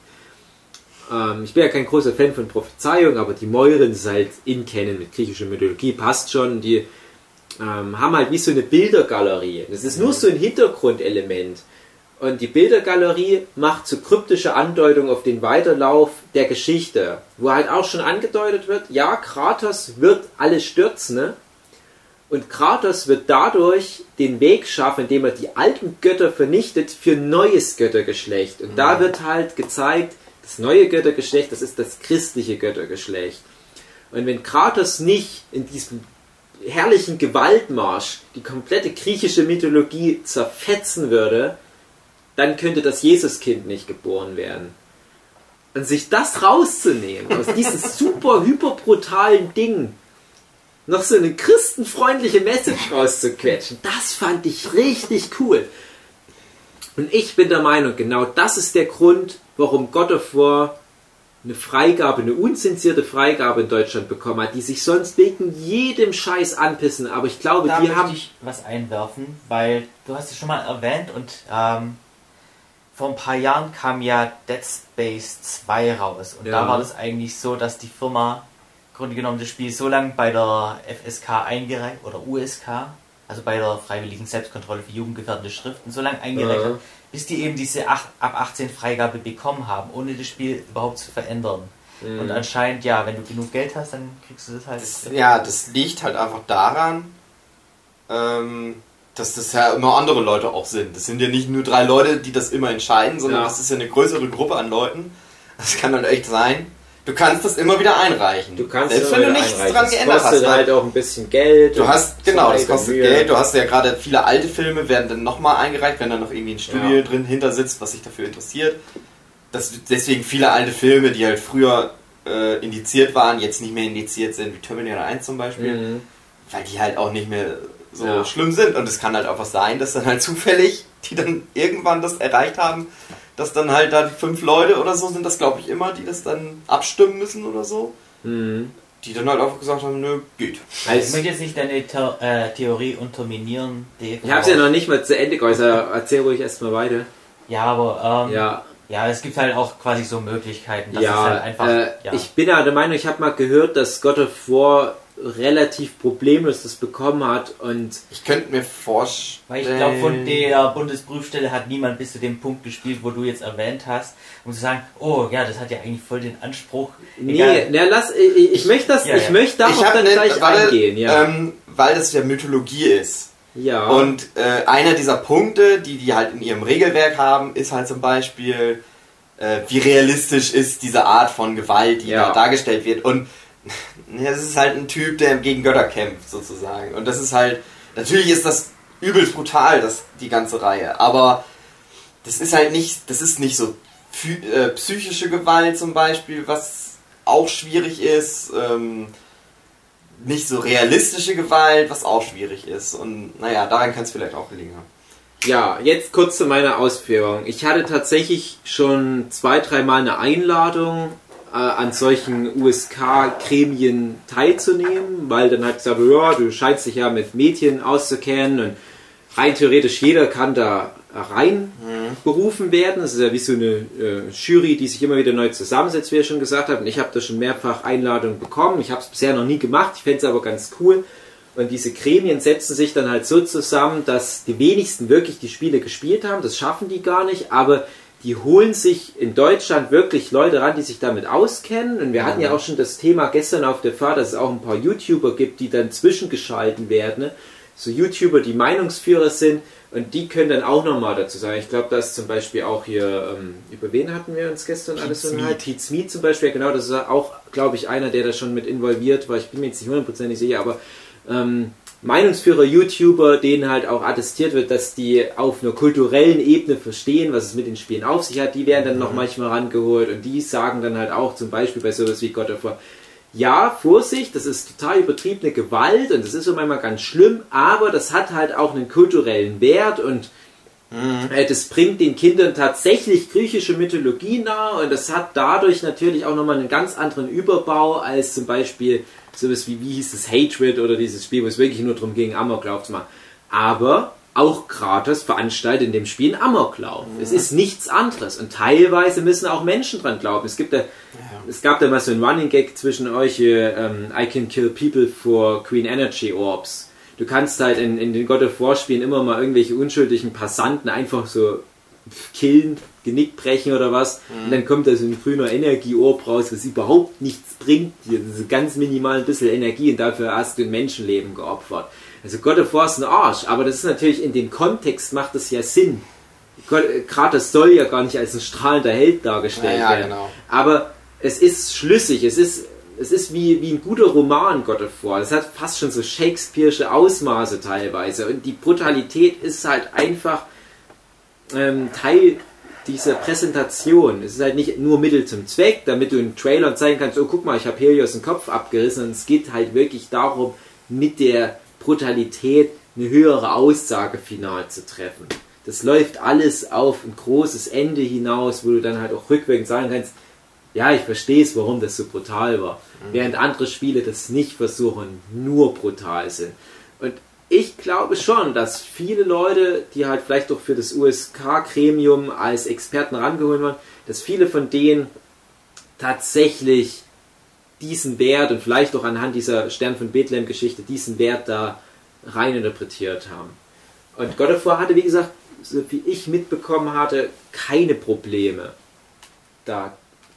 Ähm, ich bin ja kein großer Fan von Prophezeiungen, aber die Moiren ist halt in Canon mit griechischer Mythologie, passt schon, die ähm, haben halt wie so eine Bildergalerie. Das ist nur so ein Hintergrundelement. Und die Bildergalerie macht so kryptische Andeutungen auf den Weiterlauf der Geschichte, wo halt auch schon angedeutet wird, ja, Kratos wird alles stürzen, ne? Und Kratos wird dadurch den Weg schaffen, indem er die alten Götter vernichtet für ein neues Göttergeschlecht. Und mhm. da wird halt gezeigt, das neue Göttergeschlecht, das ist das christliche Göttergeschlecht. Und wenn Kratos nicht in diesem herrlichen Gewaltmarsch die komplette griechische Mythologie zerfetzen würde, dann könnte das Jesuskind nicht geboren werden. Und sich das rauszunehmen, aus diesem super hyper brutalen Ding, noch so eine christenfreundliche Message rauszuquetschen, das fand ich richtig cool. Und ich bin der Meinung, genau das ist der Grund, warum God of War eine Freigabe, eine unzensierte Freigabe in Deutschland bekommen hat, die sich sonst wegen jedem Scheiß anpissen. Aber ich glaube, da die möchte haben... ich was einwerfen, weil du hast es schon mal erwähnt und ähm, vor ein paar Jahren kam ja Dead Space zwei raus. Und Ja. da war das eigentlich so, dass die Firma im Grunde genommen das Spiel so lange bei der F S K eingereicht, oder U S K, also bei der Freiwilligen Selbstkontrolle für jugendgefährdende Schriften, so lange eingereicht Ja. hat, bis die eben diese acht, ab achtzehn Freigabe bekommen haben, ohne das Spiel überhaupt zu verändern. Mhm. Und anscheinend, ja, wenn du genug Geld hast, dann kriegst du das halt. Das, ja, das liegt halt einfach daran, ähm, dass das ja immer andere Leute auch sind. Das sind ja nicht nur drei Leute, die das immer entscheiden, sondern Ja. das ist ja eine größere Gruppe an Leuten. Das kann dann echt sein. Du kannst das immer wieder einreichen. Du kannst Selbst immer wenn du wieder nichts einreichen. dran Es geändert hast. kostet weil halt auch ein bisschen Geld. Du und hast, genau, das Zeit und kostet Mühe. Geld. Du hast ja gerade viele alte Filme, werden dann nochmal eingereicht, wenn da noch irgendwie ein Studio Ja. drin hinter sitzt, was sich dafür interessiert. Das, deswegen viele alte Filme, die halt früher äh, indiziert waren, jetzt nicht mehr indiziert sind, wie Terminator eins zum Beispiel, Mhm. weil die halt auch nicht mehr so Ja. schlimm sind. Und es kann halt auch was sein, dass dann halt zufällig, die dann irgendwann das erreicht haben, dass dann halt da die fünf Leute oder so sind, das glaube ich immer, die das dann abstimmen müssen oder so. Mhm. Die dann halt einfach gesagt haben, nö, geht. Ich Also, möchte jetzt nicht deine The äh, Theorie unterminieren, Dave. ich habe es ja noch nicht mal zu Ende geäußert. Erzähl ruhig erstmal weiter. Ja, aber ähm, Ja, ja, es gibt halt auch quasi so Möglichkeiten, dass ja, es halt einfach. äh, ja. ich bin ja der Meinung, ich habe mal gehört, dass God of War relativ problemlos das bekommen hat und Ich könnte mir vorstellen... Weil ich glaube, von der Bundesprüfstelle hat niemand bis zu dem Punkt gespielt, wo du jetzt erwähnt hast, um zu sagen, oh ja, das hat ja eigentlich voll den Anspruch. nee, Egal. na, lass, ich, ich möchte das, Ja, ja. ich möchte darauf Ich hab dann ne- gleich warte, eingehen, ja. Ähm, weil das ja Mythologie ist. ja. Und äh, einer dieser Punkte, die die halt in ihrem Regelwerk haben, ist halt zum Beispiel, äh, wie realistisch ist diese Art von Gewalt, die Ja. da dargestellt wird. Und ja, das ist halt ein Typ, der gegen Götter kämpft, sozusagen. Und das ist halt, natürlich ist das übelst brutal, das, die ganze Reihe. Aber das ist halt nicht, das ist nicht so phy- äh, psychische Gewalt zum Beispiel, was auch schwierig ist. Ähm, nicht so realistische Gewalt, was auch schwierig ist. Und naja, daran kann es vielleicht auch gelegen haben. Ja, jetzt kurz zu meiner Ausführung. Ich hatte tatsächlich schon zwei, dreimal eine Einladung, äh, an solchen U S K-Gremien teilzunehmen, weil dann halt gesagt, ja, du scheinst dich ja mit Medien auszukennen und rein theoretisch jeder kann da rein mhm. berufen werden. Das ist ja wie so eine äh, Jury, die sich immer wieder neu zusammensetzt, wie ihr schon gesagt habt. Und ich habe da schon mehrfach Einladungen bekommen. Ich habe es bisher noch nie gemacht, ich fände es aber ganz cool. Und diese Gremien setzen sich dann halt so zusammen, dass die wenigsten wirklich die Spiele gespielt haben. Das schaffen die gar nicht, aber die holen sich in Deutschland wirklich Leute ran, die sich damit auskennen. Und wir hatten ja auch schon das Thema gestern auf der Fahrt, dass es auch ein paar YouTuber gibt, die dann zwischengeschalten werden. Ne? So YouTuber, die Meinungsführer sind. Und die können dann auch nochmal dazu sagen. Ich glaube, da ist zum Beispiel auch hier, ähm, über wen hatten wir uns gestern Pete alles unterhalten? Pete Smith zum Beispiel, genau, das ist auch, glaube ich, einer, der da schon mit involviert war. Ich bin mir jetzt nicht hundertprozentig sicher, aber ähm, Meinungsführer, YouTuber, denen halt auch attestiert wird, dass die auf einer kulturellen Ebene verstehen, was es mit den Spielen auf sich hat, die werden dann noch manchmal rangeholt und die sagen dann halt auch zum Beispiel bei sowas wie God of War, ja, Vorsicht, das ist total übertriebene Gewalt und das ist so manchmal ganz schlimm, aber das hat halt auch einen kulturellen Wert und mhm. äh, das bringt den Kindern tatsächlich griechische Mythologie nahe und das hat dadurch natürlich auch nochmal einen ganz anderen Überbau als zum Beispiel sowas wie, wie hieß es, Hatred oder dieses Spiel, wo es wirklich nur darum ging, Amoklauf zu machen. Aber auch Kratos veranstaltet in dem Spiel einen Amoklauf. Mhm. Es ist nichts anderes. Und teilweise müssen auch Menschen dran glauben. Es gibt da, ja. es gab da mal so einen Running Gag zwischen euch, ähm, I can kill people for Green Energy Orbs. Du kannst halt in, in den God of War Spielen immer mal irgendwelche unschuldigen Passanten einfach so killen, Genick brechen oder was. Mhm. Und dann kommt da so ein grüner Energieorb raus, was überhaupt nichts bringt. Das ist ganz minimal ein bisschen Energie und dafür hast du ein Menschenleben geopfert. Also God of War ist ein Arsch, aber das ist natürlich in dem Kontext macht das ja Sinn. Kratos soll ja gar nicht als ein strahlender Held dargestellt ja, ja, werden. Genau. Aber es ist schlüssig, es ist, es ist wie, wie ein guter Roman, God of War. Es hat fast schon so Shakespeare'sche Ausmaße teilweise. Und die Brutalität ist halt einfach ähm, Teil dieser Präsentation. Es ist halt nicht nur Mittel zum Zweck, damit du in Trailern zeigen kannst, oh guck mal, ich habe Helios den Kopf abgerissen. Und es geht halt wirklich darum, mit der Brutalität eine höhere Aussage final zu treffen. Das läuft alles auf ein großes Ende hinaus, wo du dann halt auch rückwirkend sagen kannst, ja, ich verstehe es, warum das so brutal war. Mhm. Während andere Spiele das nicht versuchen, nur brutal sind. Und ich glaube schon, dass viele Leute, die halt vielleicht auch für das U S K-Gremium als Experten rangeholt waren, dass viele von denen tatsächlich diesen Wert und vielleicht auch anhand dieser Stern von Bethlehem-Geschichte diesen Wert da rein interpretiert haben. Und God of War hatte, wie gesagt, so wie ich mitbekommen hatte, keine Probleme, da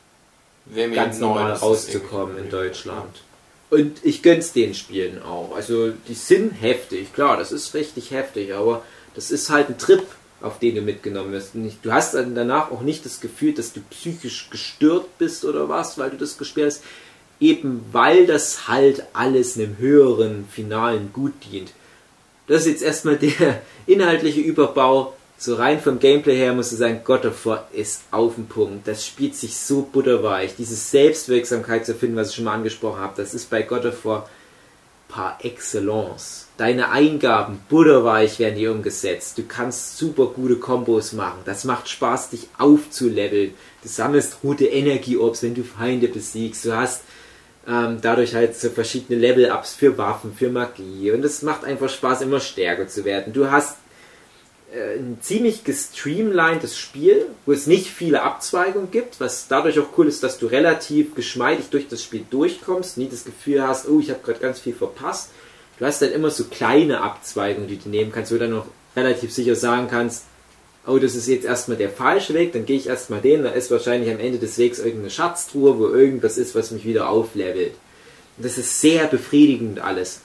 ganz normal rauszukommen in Deutschland. Und ich gönn's den Spielen auch. Also die sind heftig, klar, das ist richtig heftig, aber das ist halt ein Trip, auf den du mitgenommen wirst. Du hast dann danach auch nicht das Gefühl, dass du psychisch gestört bist oder was, weil du das gespielt hast. Eben weil das halt alles einem höheren finalen Gut dient. Das ist jetzt erstmal der inhaltliche Überbau. So rein vom Gameplay her musst du sagen, God of War ist auf den Punkt. Das spielt sich so butterweich. Diese Selbstwirksamkeit zu finden, was ich schon mal angesprochen habe, das ist bei God of War par excellence. Deine Eingaben, butterweich werden die umgesetzt. Du kannst super gute Kombos machen. Das macht Spaß, dich aufzuleveln. Du sammelst rote Energie-Orbs, wenn du Feinde besiegst. Du hast ähm, dadurch halt so verschiedene Level-Ups für Waffen, für Magie. Und es macht einfach Spaß, immer stärker zu werden. Du hast äh, ein ziemlich gestreamlinedes Spiel, wo es nicht viele Abzweigungen gibt, was dadurch auch cool ist, dass du relativ geschmeidig durch das Spiel durchkommst, nie das Gefühl hast, oh, ich habe gerade ganz viel verpasst. Du hast dann immer so kleine Abzweigungen, die du nehmen kannst, wo du dann noch relativ sicher sagen kannst, oh, das ist jetzt erstmal der falsche Weg, dann gehe ich erstmal den, da ist wahrscheinlich am Ende des Wegs irgendeine Schatztruhe, wo irgendwas ist, was mich wieder auflevelt. Und das ist sehr befriedigend alles.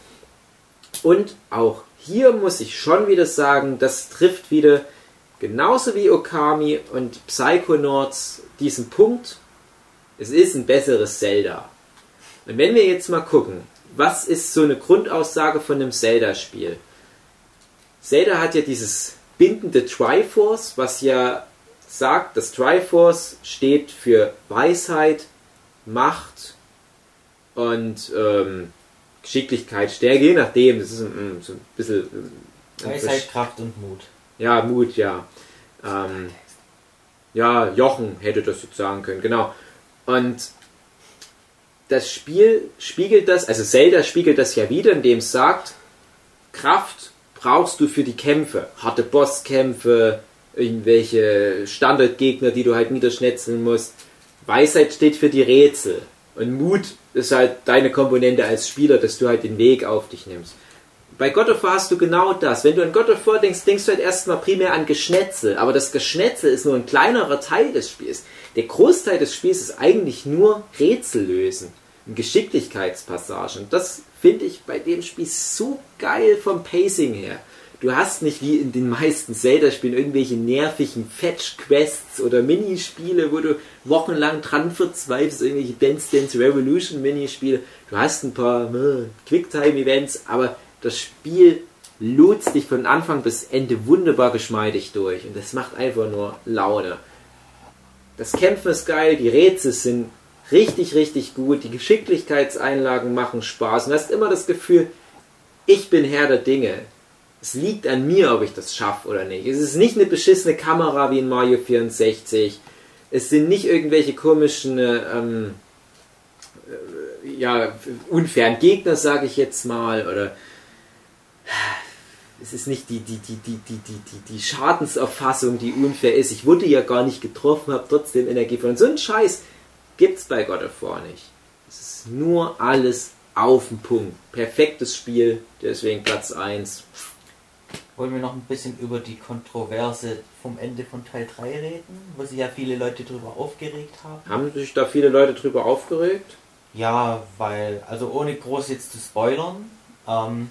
Und auch hier muss ich schon wieder sagen, das trifft wieder genauso wie Okami und Psychonauts diesen Punkt, es ist ein besseres Zelda. Und wenn wir jetzt mal gucken, was ist so eine Grundaussage von einem Zelda-Spiel? Zelda hat ja dieses bindende Triforce, was ja sagt, das Triforce steht für Weisheit, Macht und ähm, Geschicklichkeit, Stärke, je nachdem, das ist ähm, so ein bisschen... Ähm, Weisheit, Kraft und Mut. Ja, Mut, ja. Ähm, ja, Jochen hätte das jetzt sagen können, genau. Und das Spiel spiegelt das, also Zelda spiegelt das ja wieder, indem es sagt, Kraft brauchst du für die Kämpfe. Harte Bosskämpfe, irgendwelche Standardgegner, die du halt niederschnetzeln musst. Weisheit steht für die Rätsel. Und Mut ist halt deine Komponente als Spieler, dass du halt den Weg auf dich nimmst. Bei God of War hast du genau das. Wenn du an God of War denkst, denkst du halt erstmal primär an Geschnetzel. Aber das Geschnetzel ist nur ein kleinerer Teil des Spiels. Der Großteil des Spiels ist eigentlich nur Rätsel lösen. Und Geschicklichkeitspassagen. Und das finde ich bei dem Spiel so geil vom Pacing her. Du hast nicht wie in den meisten Zelda-Spielen irgendwelche nervigen Fetch-Quests oder Minispiele, wo du wochenlang dran verzweifelst, irgendwelche Dance Dance Revolution Minispiele. Du hast ein paar äh, Quicktime-Events, aber das Spiel lotst dich von Anfang bis Ende wunderbar geschmeidig durch. Und das macht einfach nur Laune. Das Kämpfen ist geil, die Rätsel sind richtig, richtig gut, die Geschicklichkeitseinlagen machen Spaß. Und du hast immer das Gefühl, ich bin Herr der Dinge. Es liegt an mir, ob ich das schaffe oder nicht. Es ist nicht eine beschissene Kamera wie in Mario vierundsechzig. Es sind nicht irgendwelche komischen, ähm, äh, ja, unfairen Gegner, sage ich jetzt mal. Oder es ist nicht die, die, die, die, die, die, die, die Schadenserfassung, die unfair ist. Ich wurde ja gar nicht getroffen, habe trotzdem Energie verloren. So ein Scheiß gibt's bei God of War nicht. Es ist nur alles auf den Punkt. Perfektes Spiel, deswegen Platz eins. Wollen wir noch ein bisschen über die Kontroverse vom Ende von Teil drei reden, wo sich ja viele Leute darüber aufgeregt haben? Haben sich da viele Leute drüber aufgeregt? Ja, weil, also ohne groß jetzt zu spoilern, ähm,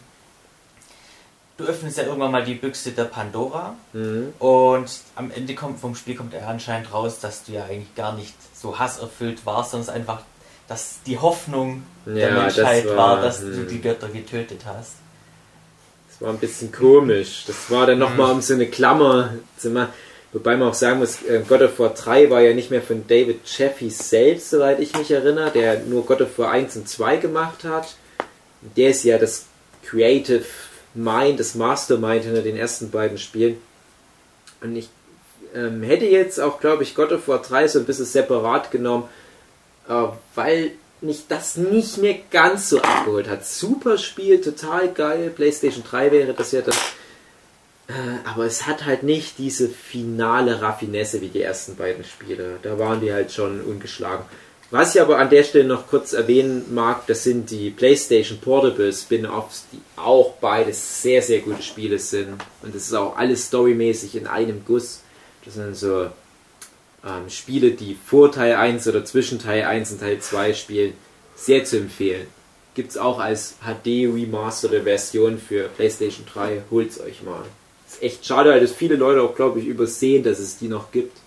du öffnest ja irgendwann mal die Büchse der Pandora Mhm. und am Ende kommt, vom Spiel kommt ja anscheinend raus, dass du ja eigentlich gar nicht so hasserfüllt warst, sondern es einfach, dass die Hoffnung der Ja, Menschheit das war, war, dass hm. du die Götter getötet hast. Das war ein bisschen komisch. Das war dann nochmal um so eine Klammer zu machen. Wobei man auch sagen muss, äh, God of War drei war ja nicht mehr von David Jaffe selbst, soweit ich mich erinnere, der nur God of War eins und zwei gemacht hat. Der ist ja das Creative Mind, das Mastermind hinter den ersten beiden Spielen. Und ich ähm, hätte jetzt auch, glaube ich, God of War drei so ein bisschen separat genommen, äh, weil mich das nicht mehr ganz so abgeholt hat. Super Spiel, total geil. PlayStation drei wäre das ja das. Äh, aber es hat halt nicht diese finale Raffinesse wie die ersten beiden Spiele. Da waren die halt schon ungeschlagen. Was ich aber an der Stelle noch kurz erwähnen mag, das sind die PlayStation Portable Spin-Offs, die auch beide sehr, sehr gute Spiele sind. Und das ist auch alles storymäßig in einem Guss. Das sind so ähm, Spiele, die vor Teil eins oder zwischen Teil eins und Teil zwei spielen. Sehr zu empfehlen. Gibt es auch als H D remasterte Version für PlayStation drei. Holt's euch mal. Ist echt schade, weil das viele Leute auch, glaube ich, übersehen, dass es die noch gibt.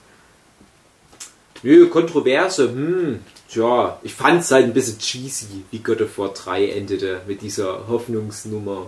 Nö, Kontroverse, hm, tja, ich fand es halt ein bisschen cheesy, wie God of War drei endete mit dieser Hoffnungsnummer.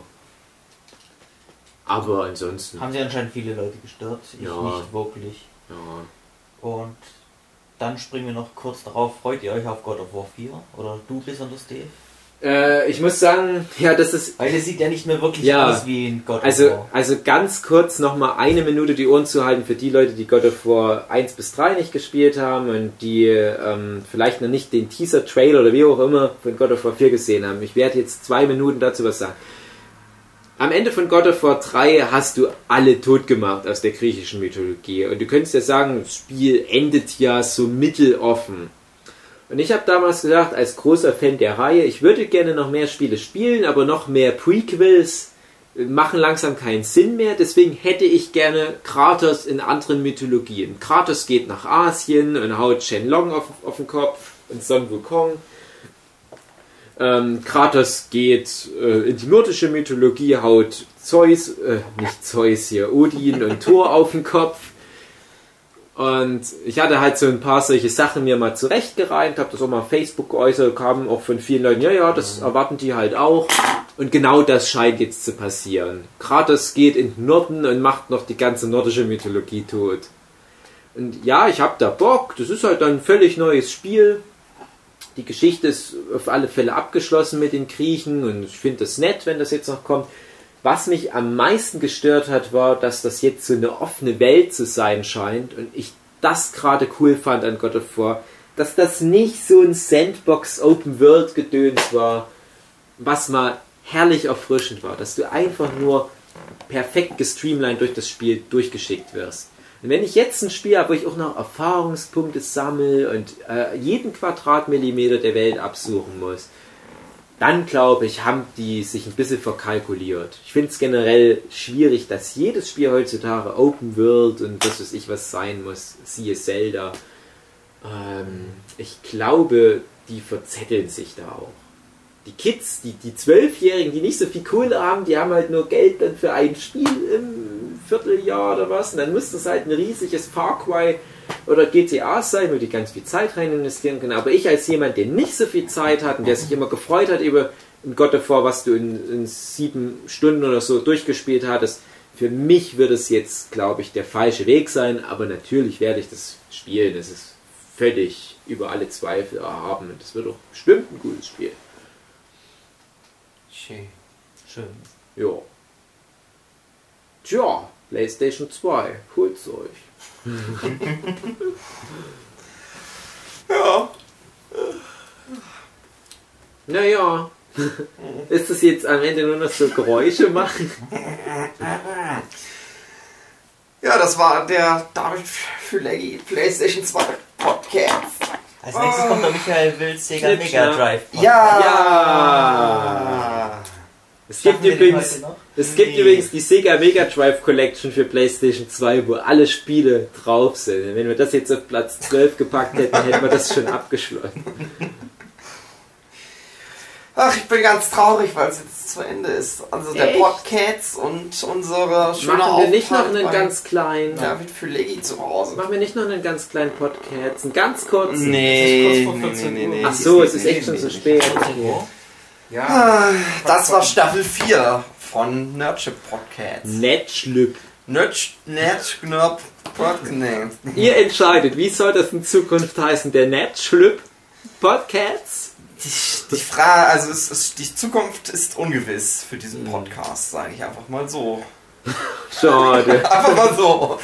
Aber ansonsten. Haben sie anscheinend viele Leute gestört, ich Ja. nicht wirklich. Ja. Und dann springen wir noch kurz darauf, freut ihr euch auf God of War vier? Oder du besonders, Dave? Äh, ich muss sagen, ja, das ist. Weil es sieht ja nicht mehr wirklich Ja. aus wie ein God of Also, War. also ganz kurz nochmal eine Minute die Ohren zu halten für die Leute, die God of War eins bis drei nicht gespielt haben und die ähm, vielleicht noch nicht den Teaser-Trailer oder wie auch immer von God of War vier gesehen haben. Ich werde jetzt zwei Minuten dazu was sagen. Am Ende von God of War drei hast du alle tot gemacht aus der griechischen Mythologie. Und du könntest ja sagen, das Spiel endet ja so mitteloffen. Und ich habe damals gedacht, als großer Fan der Reihe, ich würde gerne noch mehr Spiele spielen, aber noch mehr Prequels machen langsam keinen Sinn mehr. Deswegen hätte ich gerne Kratos in anderen Mythologien. Kratos geht nach Asien und haut Shenlong auf, auf den Kopf und Son Wukong. Ähm, Kratos geht äh, in die nordische Mythologie, haut Zeus, äh, nicht Zeus hier, Odin und Thor auf den Kopf. Und ich hatte halt so ein paar solche Sachen mir mal zurechtgereimt, habe das auch mal auf Facebook geäußert, kamen auch von vielen Leuten, ja, ja, das erwarten die halt auch. Und genau das scheint jetzt zu passieren. Kratos geht in den Norden und macht noch die ganze nordische Mythologie tot. Und ja, ich hab da Bock, das ist halt dann ein völlig neues Spiel. Die Geschichte ist auf alle Fälle abgeschlossen mit den Griechen und ich finde das nett, wenn das jetzt noch kommt. Was mich am meisten gestört hat, war, dass das jetzt so eine offene Welt zu sein scheint und ich das gerade cool fand an God of War, dass das nicht so ein Sandbox-Open-World-Gedöns war, was mal herrlich erfrischend war, dass du einfach nur perfekt gestreamlined durch das Spiel durchgeschickt wirst. Und wenn ich jetzt ein Spiel habe, wo ich auch noch Erfahrungspunkte sammle und äh, jeden Quadratmillimeter der Welt absuchen muss, dann glaube ich, haben die sich ein bisschen verkalkuliert. Ich finde es generell schwierig, dass jedes Spiel heutzutage Open World und das weiß ich was sein muss, siehe Zelda. Ähm, ich glaube, die verzetteln sich da auch. Die Kids, die, die Zwölfjährigen, die nicht so viel Kohle haben, die haben halt nur Geld dann für ein Spiel im Vierteljahr oder was. Und dann müsste es halt ein riesiges Far Cry oder G T A sein, wo die ganz viel Zeit rein investieren können. Aber ich als jemand, der nicht so viel Zeit hat und der sich immer gefreut hat über ein God of War, was du in, in sieben Stunden oder so durchgespielt hattest, für mich wird es jetzt, glaube ich, der falsche Weg sein. Aber natürlich werde ich das spielen. Es ist völlig über alle Zweifel erhaben und es wird auch bestimmt ein gutes Spiel. Schön. Schön. Ja. Tja, PlayStation zwei, holt's euch. Ja. Naja. Ist das jetzt am Ende nur noch so Geräusche machen? Ja, das war der David Füleggi PlayStation zwei Podcast. Als nächstes kommt der Michael Wild Sega Knipsch, Mega ja. Drive. Ja! Ja! Es gibt, Schaffen wir den übrigens, heute noch? es gibt Nee. übrigens die Sega Mega Drive Collection für PlayStation zwei, wo alle Spiele drauf sind. Und wenn wir das jetzt auf Platz zwölf gepackt hätten, hätten wir das schon abgeschlossen. Ach, ich bin ganz traurig, weil es jetzt zu Ende ist. Also der Echt? Podcast und unsere schöne Machen wir nicht noch Aufenthalt einen bei ganz kleinen... David Füleggi zu Hause. Machen wir nicht noch einen ganz kleinen Podcast? Einen ganz kurzen? Nee, Es ist kurz vor nee, vierzehn nee, Uhr. nee. Ach so, es ist Nee, echt schon nee, so nee. spät. Okay. Ja. Ah, Das war Staffel vier von Nerdship Podcast. Netschlüpp. Nerdsh, Nerdschnurp Podcast. Ihr entscheidet, wie soll das in Zukunft heißen? Der Netschlüpp Podcast? Die, die Frage, also es ist, die Zukunft ist ungewiss für diesen Podcast, sage ich einfach mal so. Schade. Einfach mal so.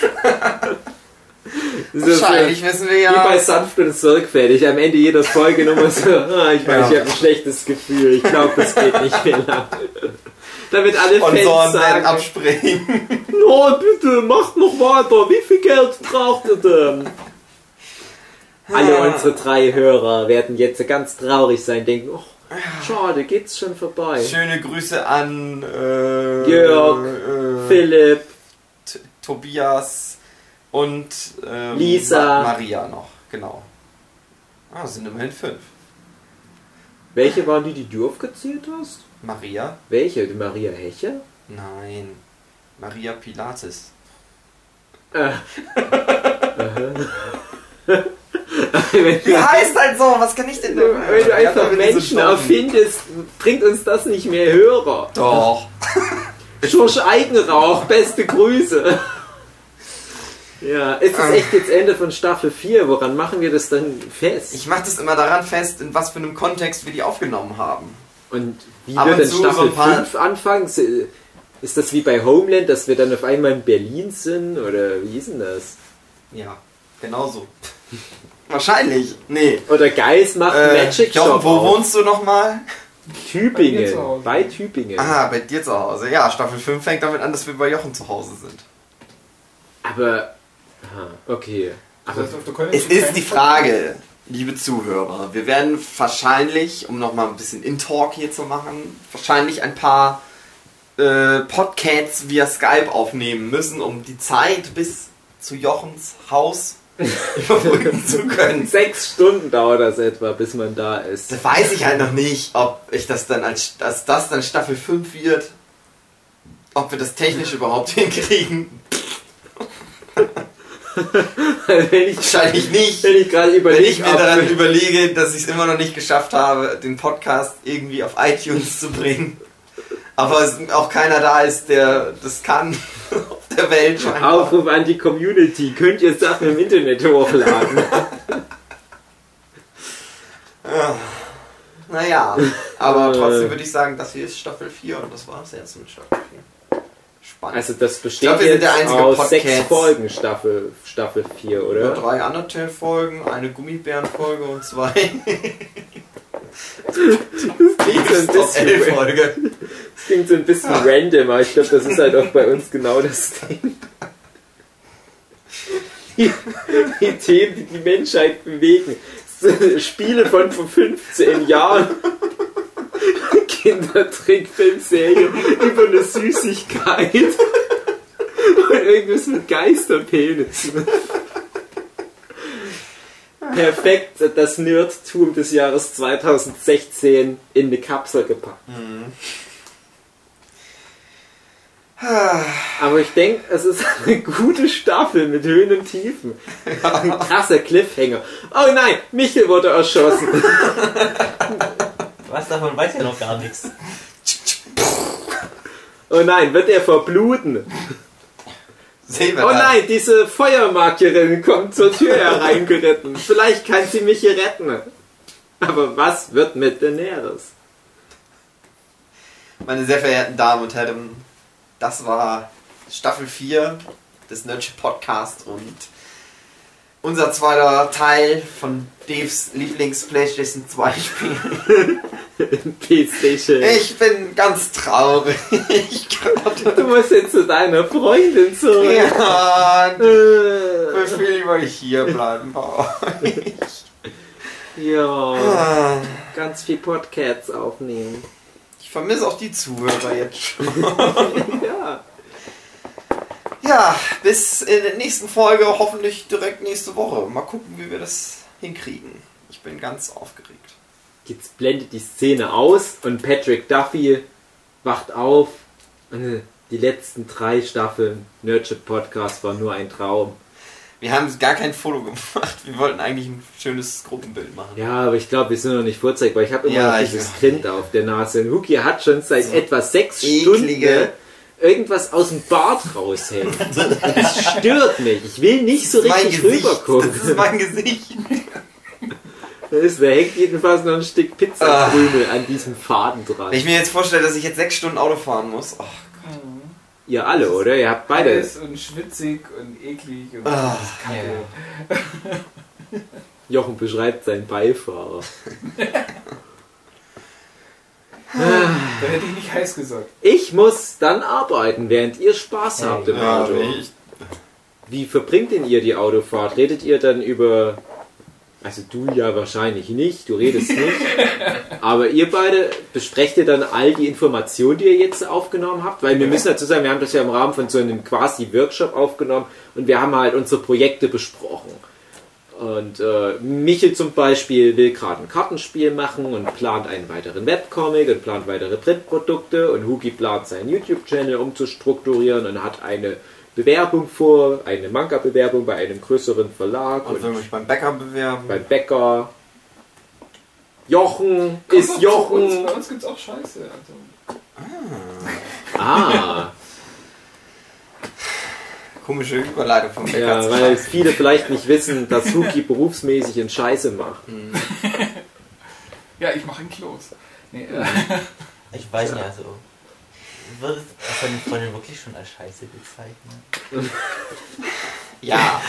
Das ist Wahrscheinlich wissen wir Wie bei ja. sanft und sorgfältig. Am Ende jeder Folge nochmal so, ah, ich weiß, Ja. ich habe ein schlechtes Gefühl. Ich glaube, das geht nicht mehr lang. Damit alle Und Fans so dann sagen, abspringen. no, bitte, macht noch weiter. Wie viel Geld braucht ihr denn? Alle unsere drei Hörer werden jetzt ganz traurig sein, denken, oh, schade, geht's schon vorbei. Schöne Grüße an äh, Jörg, äh, Philipp, T- Tobias und ähm, Lisa. Ma- Maria noch, genau. Ah, es sind immerhin fünf. welche waren die, die du aufgezählt hast? Maria? Welche? Die Maria Heche? Nein. Maria Pilates. Äh. Wenn Die heißt halt so, was kann ich denn da? Wenn du einfach Menschen erfindest, bringt uns das nicht mehr Hörer. Doch. Schorsch Eigenrauch, beste Grüße. Ja, ist es echt jetzt Ende von Staffel vier? Woran machen wir das dann fest? Ich mache das immer daran fest, in was für einem Kontext wir die aufgenommen haben. Und wie Ab wird und denn zu so Staffel ein paar- fünf anfangen? Ist das wie bei Homeland, dass wir dann auf einmal in Berlin sind? Oder wie ist denn das? Ja, genau so. Wahrscheinlich. Nee. Oder Geist macht Äh, einen Magic Jochen, Shop wo auf. wohnst du nochmal? Bei mir Tübingen. zu Hause. Bei Tübingen. Ah, bei dir zu Hause. Ja, Staffel fünf fängt damit an, dass wir bei Jochen zu Hause sind. Aber... Aha, okay. Das Aber heißt, auf der Köln Es ist ist kein die Frage, liebe Zuhörer, wir werden wahrscheinlich, um nochmal ein bisschen In-Talk hier zu machen, wahrscheinlich ein paar äh, Podcasts via Skype aufnehmen müssen, um die Zeit bis zu Jochens Haus überbrücken zu können. sechs Stunden dauert das etwa, bis man da ist. Da weiß ich halt noch nicht, ob ich das dann als, als das dann Staffel fünf wird, ob wir das technisch überhaupt hinkriegen. wenn ich, Wahrscheinlich nicht. wenn ich gerade Wenn überlege, ich mir daran überlege, dass ich es immer noch nicht geschafft habe, den Podcast irgendwie auf iTunes zu bringen, aber es auch keiner da ist, der das kann auf der Welt scheinbar. Aufruf an die Community, könnt ihr Sachen im Internet hochladen? Naja, Aber Äh. trotzdem würde ich sagen, das hier ist Staffel vier und das war es jetzt mit Staffel vier. Spannend. Also das Ich besteht glaub, wir sind jetzt der einzige aus Podcast. sechs Folgen Staffel, Staffel vier, Über oder? drei Undertale-Folgen, eine Gummibären-Folge und zwei Das klingt so ein bisschen, Folge. das klingt so ein bisschen random, aber ich glaube, das ist halt auch bei uns genau das Ding. Die, die Themen, die die Menschheit bewegen. Spiele von vor fünfzehn Jahren. Kindertrickfilmserie über eine Süßigkeit. Und irgendwas mit Geisterpenissen. Perfekt das Nerdtum des Jahres zweitausendsechzehn in eine Kapsel gepackt. Aber ich denke, es ist eine gute Staffel mit Höhen und Tiefen. Ein krasser Cliffhanger. Oh nein, Michel wurde erschossen. Was davon weiß ja noch gar nichts. Oh nein, wird er verbluten? Sehen wir Oh dann. nein, diese Feuermarkerin kommt zur Tür hereingeritten. Vielleicht kann sie mich hier retten. Aber was wird mit Daenerys? Meine sehr verehrten Damen und Herren, das war Staffel vier des Nerdship Podcast und unser zweiter Teil von Daves Lieblings-PlayStation zwei Spiel. PlayStation. Ich bin ganz traurig. Du musst jetzt zu deiner Freundin zurück. Ja, ich Äh, will lieber hier bleiben bei euch. ja, Ah, ganz viel Podcasts aufnehmen. Ich vermisse auch die Zuhörer jetzt schon. Ja. Ja, bis in der nächsten Folge, hoffentlich direkt nächste Woche. Mal gucken, wie wir das hinkriegen. Ich bin ganz aufgeregt. Jetzt blendet die Szene aus und Patrick Duffy wacht auf. Und die letzten drei Staffeln Nerdship Podcast war nur ein Traum. Wir haben gar kein Foto gemacht. Wir wollten eigentlich ein schönes Gruppenbild machen. Ja, aber ich glaube, wir sind noch nicht vorzeigbar. Ich habe immer Ja, noch ich- dieses Kind auf der Nase. Und Huki hat schon seit So etwa sechs eklige- Stunden irgendwas aus dem Bart raushängen. Und das stört mich. Ich will nicht so Mein richtig Gesicht. rüber gucken. Das ist mein Gesicht. Da hängt jedenfalls noch ein Stück Pizzakrümel an diesem Faden dran. Wenn ich mir jetzt vorstelle, dass ich jetzt sechs Stunden Auto fahren muss. Oh, Ihr alle, oder? Ihr habt beide. Alles und schwitzig und eklig und Ah, Kacke. Jochen beschreibt seinen Beifahrer. Da hätte ich nicht heiß gesagt. Ich muss dann arbeiten, während ihr Spaß habt im ja, Auto. ich, Wie verbringt denn ihr die Autofahrt? Redet ihr dann über... Also du ja wahrscheinlich nicht, du redest nicht. Aber ihr beide besprecht ihr dann all die Informationen, die ihr jetzt aufgenommen habt? Weil wir müssen dazu sagen, wir haben das ja im Rahmen von so einem quasi Workshop aufgenommen und wir haben halt unsere Projekte besprochen. Und äh, Michel zum Beispiel will gerade ein Kartenspiel machen und plant einen weiteren Webcomic und plant weitere Printprodukte und Huki plant seinen YouTube-Channel umzustrukturieren und hat eine Bewerbung vor, eine Manga-Bewerbung bei einem größeren Verlag und und will mich beim Bäcker bewerben. beim Bäcker. Jochen Kommt ist doch zu uns. Jochen. Bei uns gibt's auch Scheiße. Also. Ah, Komische Überleitung vom Bäcker. ja, zu weil Scheiße. viele vielleicht nicht wissen, dass Huki berufsmäßig in Scheiße macht. Ja, ich mache einen Klos. Nee, äh, Ich weiß nicht, also. Wird es von den Freunden wirklich schon als Scheiße bezeichnet? Ja,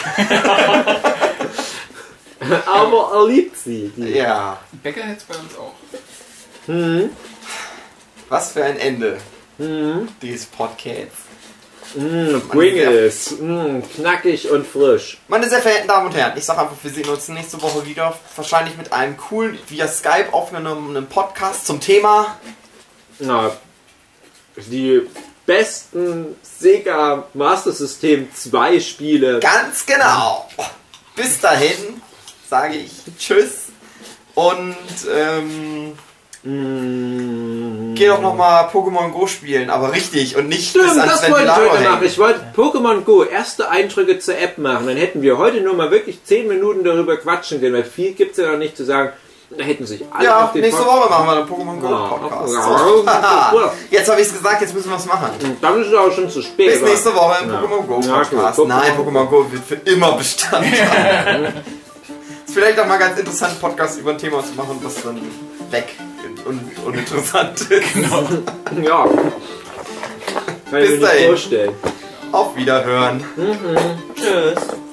Aber er liebt sie. Die. ja. Bäcker hätte es bei uns auch. Hm, Was für ein Ende hm, dieses Podcasts. hm, Pringles. Hm, knackig und frisch. Meine sehr verehrten Damen und Herren, ich sage einfach, wir sehen uns nächste Woche wieder. Wahrscheinlich mit einem coolen, via Skype aufgenommenen Podcast zum Thema. Na, die besten Sega Master System zwei Spiele. Ganz genau. Bis dahin sage ich Tschüss und ähm, Mm. geh doch nochmal Pokémon Go spielen, aber richtig und nicht Stimmt, bis ans das wollte ich Ventilator heute machen. hängen. Ich wollte Pokémon Go erste Eindrücke zur App machen. Dann hätten wir heute nur mal wirklich zehn Minuten darüber quatschen können, weil viel gibt es ja noch nicht zu sagen. Da hätten sich alle Ja, auf den nächste Pod- Woche machen wir einen Pokémon Go Ja, Podcast. ja, So. ja. Jetzt habe ich es gesagt, jetzt müssen wir es machen. Dann ist es auch schon zu spät. Bis nächste Woche im Ja. Pokémon Go Ja, Podcast. gut. Nein, Pokémon- Pokémon Go wird für immer Bestand haben. Ist vielleicht auch mal ganz interessant, einen Podcast über ein Thema zu machen, was dann weg und uninteressant ist. Genau. Ja. Kann ich Bis mir dahin. nicht vorstellen. Auf Wiederhören. Tschüss.